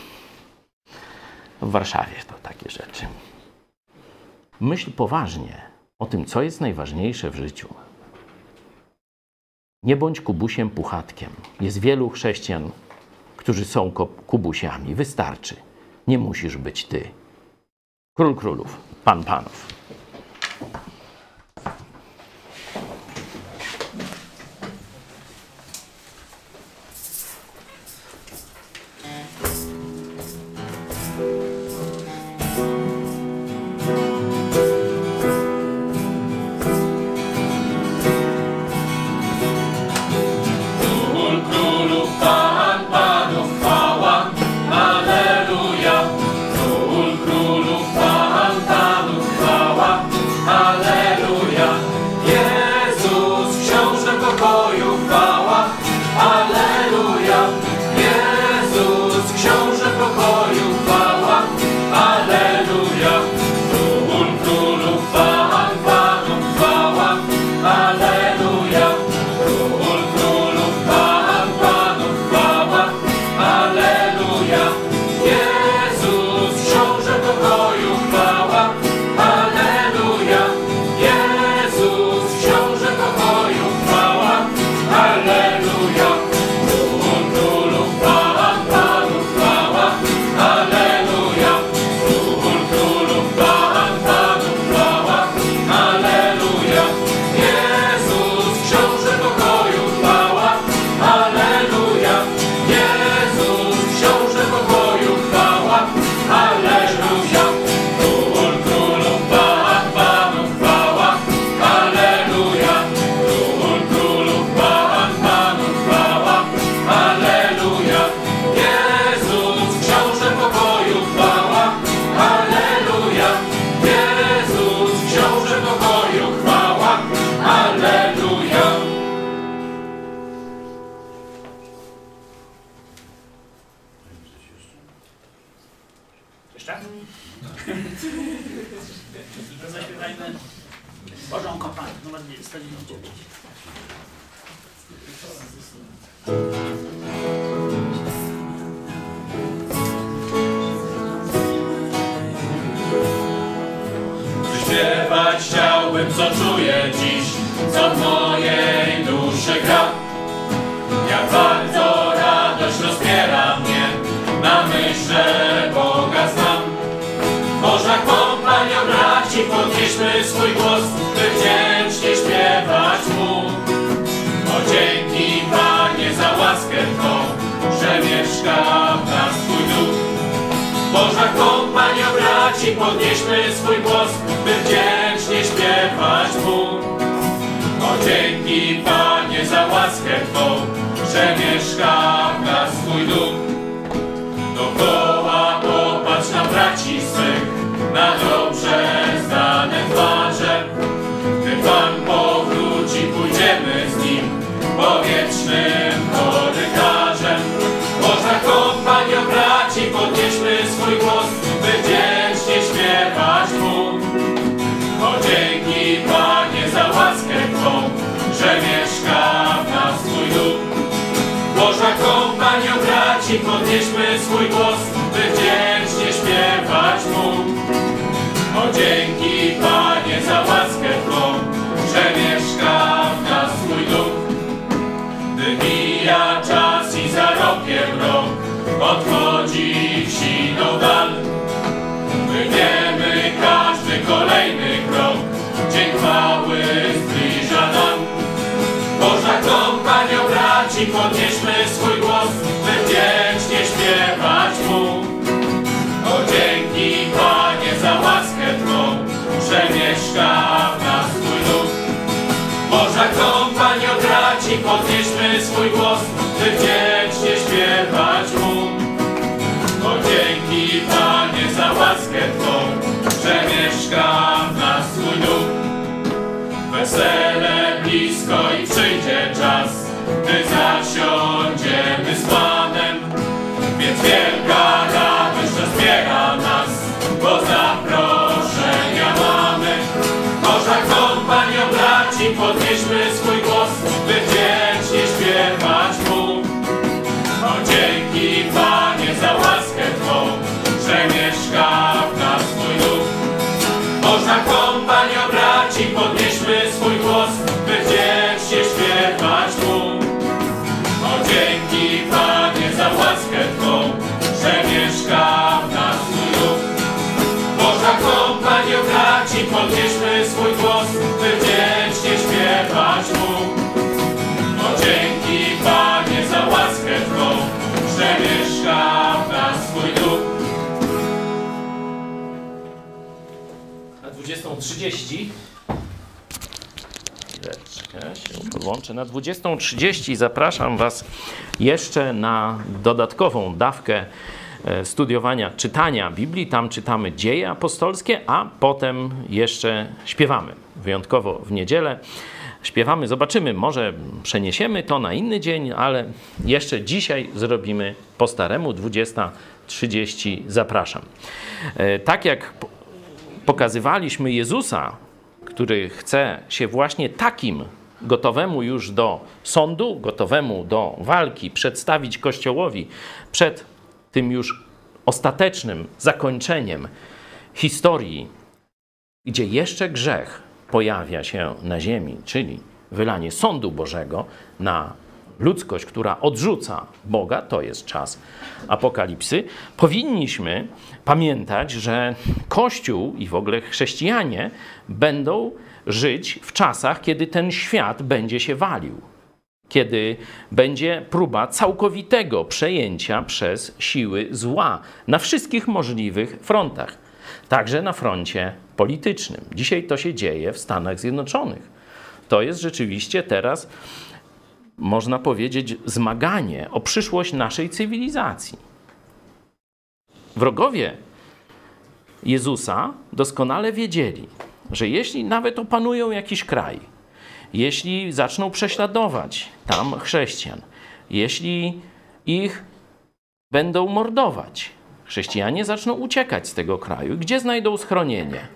W Warszawie to takie rzeczy. Myśl poważnie o tym, co jest najważniejsze w życiu. Nie bądź kubusiem puchatkiem. Jest wielu chrześcijan, którzy są kubusiami. Wystarczy. Nie musisz być ty. Król królów, Pan panów. Król królów, Pan panów, chwała, alleluja. Król królów, Pan panów, chwała, alleluja. Jezus, książę pokoju, chwała, alleluja. Jezus, książę pokoju, chwała, alleluja. Król królów, Pan panów, chwała, alleluja. Król królów, Pan panów, chwała, alleluja. Jezus, książę pokoju, chwała, alleluja. Jezus, książę pokoju, chwała, alleluja. Król królów, Pan panów, chwała, alleluja. Król królów, Pan panów, chwała, alleluja. Jezus, książę pokoju, chwała, alleluja. Jezus, książę pokoju, chwała, alleluja. Król królów, Pan panów, chwała, alleluja. Król królów, Pan panów, chwała, alleluja. Jezus, książę pokoju, chwała, alleluja. Jezus, książę pokoju, chwała, alleluja. Jeszcze? To zaśpiewajmy Bożą Kompanię, numer sto dziewięćdziesiąt dziewięć. Śpiewać chciałbym, co czuję dziś, co w mojej duszy gra. Jak bardzo radość rozpiera mnie, na myśl, że Boga znam. Boża kompanio braci, podnieśmy swój głos, by wdzięcznie śpiewać Mu. O dzięki Panie za łaskę Twą, że mieszka w nas Twój duch. Boża kompanio braci, podnieśmy swój głos, by wdzięcznie śpiewać Mu. O dzięki Panie za łaskę Twą, że mieszka w nas Twój duch. Dookoła popatrz na braci swych, na dobrze znane twarze. Gdy Pan powróci, pójdziemy z Nim po wiecznym korytarzem. Boża kompanio braci, podnieśmy swój głos, by wdzięcznie śpiewać Mu. O dzięki Panie za łaskę Twą, że mieszka w nas Twój duch. Boża kompanio braci, podnieśmy swój głos, by wdzięcznie śpiewać Mu. O dzięki Panie za łaskę Twą, że mieszka w nas Twój duch. Gdy mija czas i za rokiem rok odchodzi w siną dal, biegniemy każdy kolejny krok, dzień chwały zbliża nam. Boża kompanio braci, podnieśmy swój głos, by wdzięcznie śpiewać Mu. O dzięki Panie za łaskę Twą, że mieszka w nas Twój duch. Boża kompanio braci, podnieśmy swój głos, by wdzięcznie śpiewać Mu. O dzięki Panie za łaskę Twą, że mieszka w nas Twój duch. Wesele blisko i przyjdzie czas, gdy zasiądziemy z Panem. Więc wielka radość rozbiera nas, bo zaproszenia mamy. Boża kompanio braci, podnieśmy swój głos, by wdzięcznie śpiewać Mu. O dzięki Panie za łaskę Twą, że mieszka w nas Twój duch. Boża kompanio braci, podnieśmy swój głos, by wdzięcznie śpiewać Mu. O dzięki Panie za łaskę Twą, że mieszka w nas Twój duch. Boża trzydzieści. Chwileczkę się podłączę. Na dwudziestą trzydzieści zapraszam Was jeszcze na dodatkową dawkę studiowania, czytania Biblii. Tam czytamy Dzieje apostolskie, a potem jeszcze śpiewamy. Wyjątkowo w niedzielę śpiewamy. Zobaczymy, może przeniesiemy to na inny dzień, ale jeszcze dzisiaj zrobimy po staremu. dwudziesta trzydzieści zapraszam. Tak jak pokazywaliśmy Jezusa, który chce się właśnie takim gotowemu już do sądu, gotowemu do walki przedstawić Kościołowi przed tym już ostatecznym zakończeniem historii, gdzie jeszcze grzech pojawia się na ziemi, czyli wylanie sądu Bożego na ludzkość, która odrzuca Boga, to jest czas apokalipsy, powinniśmy pamiętać, że Kościół i w ogóle chrześcijanie będą żyć w czasach, kiedy ten świat będzie się walił. Kiedy będzie próba całkowitego przejęcia przez siły zła na wszystkich możliwych frontach, także na froncie politycznym. Dzisiaj to się dzieje w Stanach Zjednoczonych. To jest rzeczywiście teraz, można powiedzieć, zmaganie o przyszłość naszej cywilizacji. Wrogowie Jezusa doskonale wiedzieli, że jeśli nawet opanują jakiś kraj, jeśli zaczną prześladować tam chrześcijan, jeśli ich będą mordować, chrześcijanie zaczną uciekać z tego kraju. Gdzie znajdą schronienie?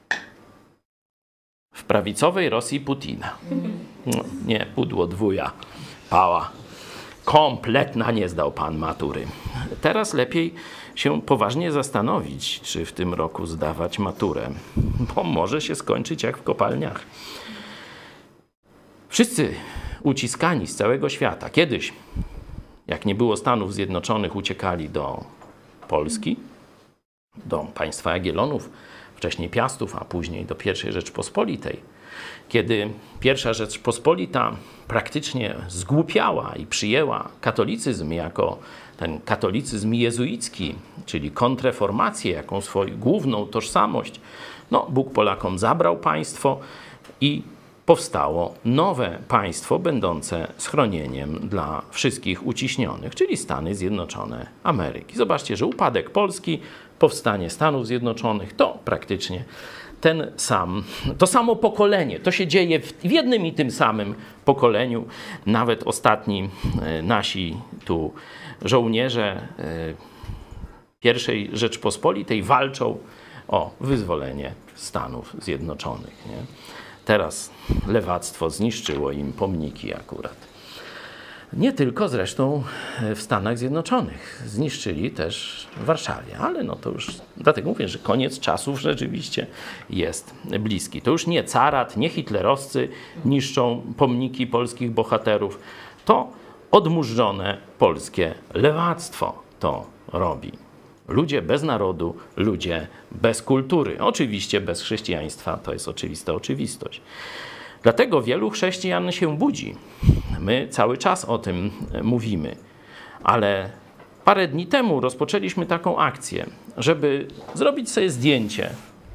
W prawicowej Rosji Putina. No, nie, pudło dwuja, pała. Kompletna, nie zdał pan matury. Teraz lepiej się poważnie zastanowić, czy w tym roku zdawać maturę, bo może się skończyć jak w kopalniach. Wszyscy uciskani z całego świata. Kiedyś, jak nie było Stanów Zjednoczonych, uciekali do Polski, do państwa Jagiellonów, wcześniej Piastów, a później do pierwszej Rzeczpospolitej. Kiedy pierwsza Rzeczpospolita praktycznie zgłupiała i przyjęła katolicyzm jako ten katolicyzm jezuicki, czyli kontreformację, jaką swoją główną tożsamość, no Bóg Polakom zabrał państwo i powstało nowe państwo będące schronieniem dla wszystkich uciśnionych, czyli Stany Zjednoczone Ameryki. Zobaczcie, że upadek Polski, powstanie Stanów Zjednoczonych to praktycznie ten sam, to samo pokolenie. To się dzieje w jednym i tym samym pokoleniu. Nawet ostatni nasi tu żołnierze pierwszej Rzeczpospolitej walczą o wyzwolenie Stanów Zjednoczonych. Nie? Teraz lewactwo zniszczyło im pomniki akurat. Nie tylko zresztą w Stanach Zjednoczonych. Zniszczyli też w Warszawie. Ale no to już, dlatego mówię, że koniec czasów rzeczywiście jest bliski. To już nie carat, nie hitlerowcy niszczą pomniki polskich bohaterów. To odmurzone polskie lewactwo to robi. Ludzie bez narodu, ludzie bez kultury. Oczywiście bez chrześcijaństwa, to jest oczywista oczywistość. Dlatego wielu chrześcijan się budzi. My cały czas o tym mówimy. Ale parę dni temu rozpoczęliśmy taką akcję, żeby zrobić sobie zdjęcie.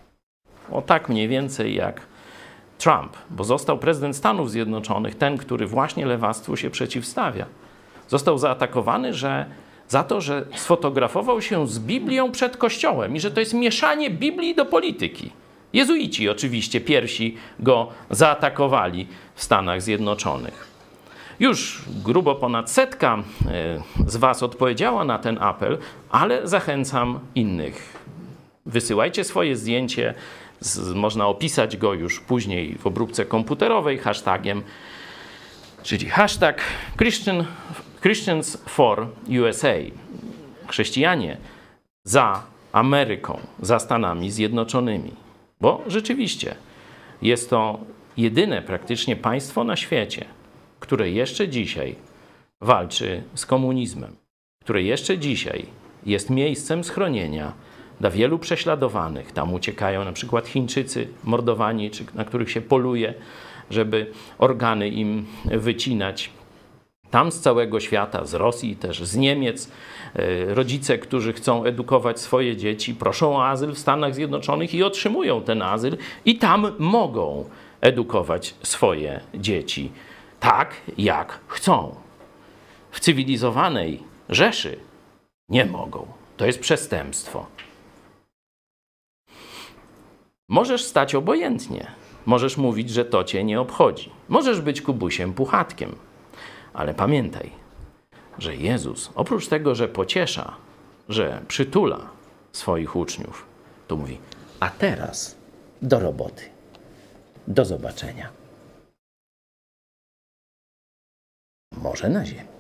O tak mniej więcej jak Trump, bo został prezydent Stanów Zjednoczonych, ten, który właśnie lewactwu się przeciwstawia. Został zaatakowany, że za to, że sfotografował się z Biblią przed Kościołem i że to jest mieszanie Biblii do polityki. Jezuici oczywiście pierwsi go zaatakowali w Stanach Zjednoczonych. Już grubo ponad setka z was odpowiedziała na ten apel, ale zachęcam innych. Wysyłajcie swoje zdjęcie, z, można opisać go już później w obróbce komputerowej hashtagiem, czyli hashtag Christian, Christians for U S A. Chrześcijanie za Ameryką, za Stanami Zjednoczonymi. Bo rzeczywiście jest to jedyne praktycznie państwo na świecie, które jeszcze dzisiaj walczy z komunizmem, które jeszcze dzisiaj jest miejscem schronienia dla wielu prześladowanych. Tam uciekają na przykład Chińczycy mordowani, czy na których się poluje, żeby organy im wycinać. Tam z całego świata, z Rosji też, z Niemiec, rodzice, którzy chcą edukować swoje dzieci, proszą o azyl w Stanach Zjednoczonych i otrzymują ten azyl i tam mogą edukować swoje dzieci tak, jak chcą. W cywilizowanej Rzeszy nie mogą. To jest przestępstwo. Możesz stać obojętnie. Możesz mówić, że to cię nie obchodzi. Możesz być Kubusiem Puchatkiem. Ale pamiętaj, że Jezus, oprócz tego, że pociesza, że przytula swoich uczniów, to mówi, a teraz do roboty. Do zobaczenia. Może na ziemi.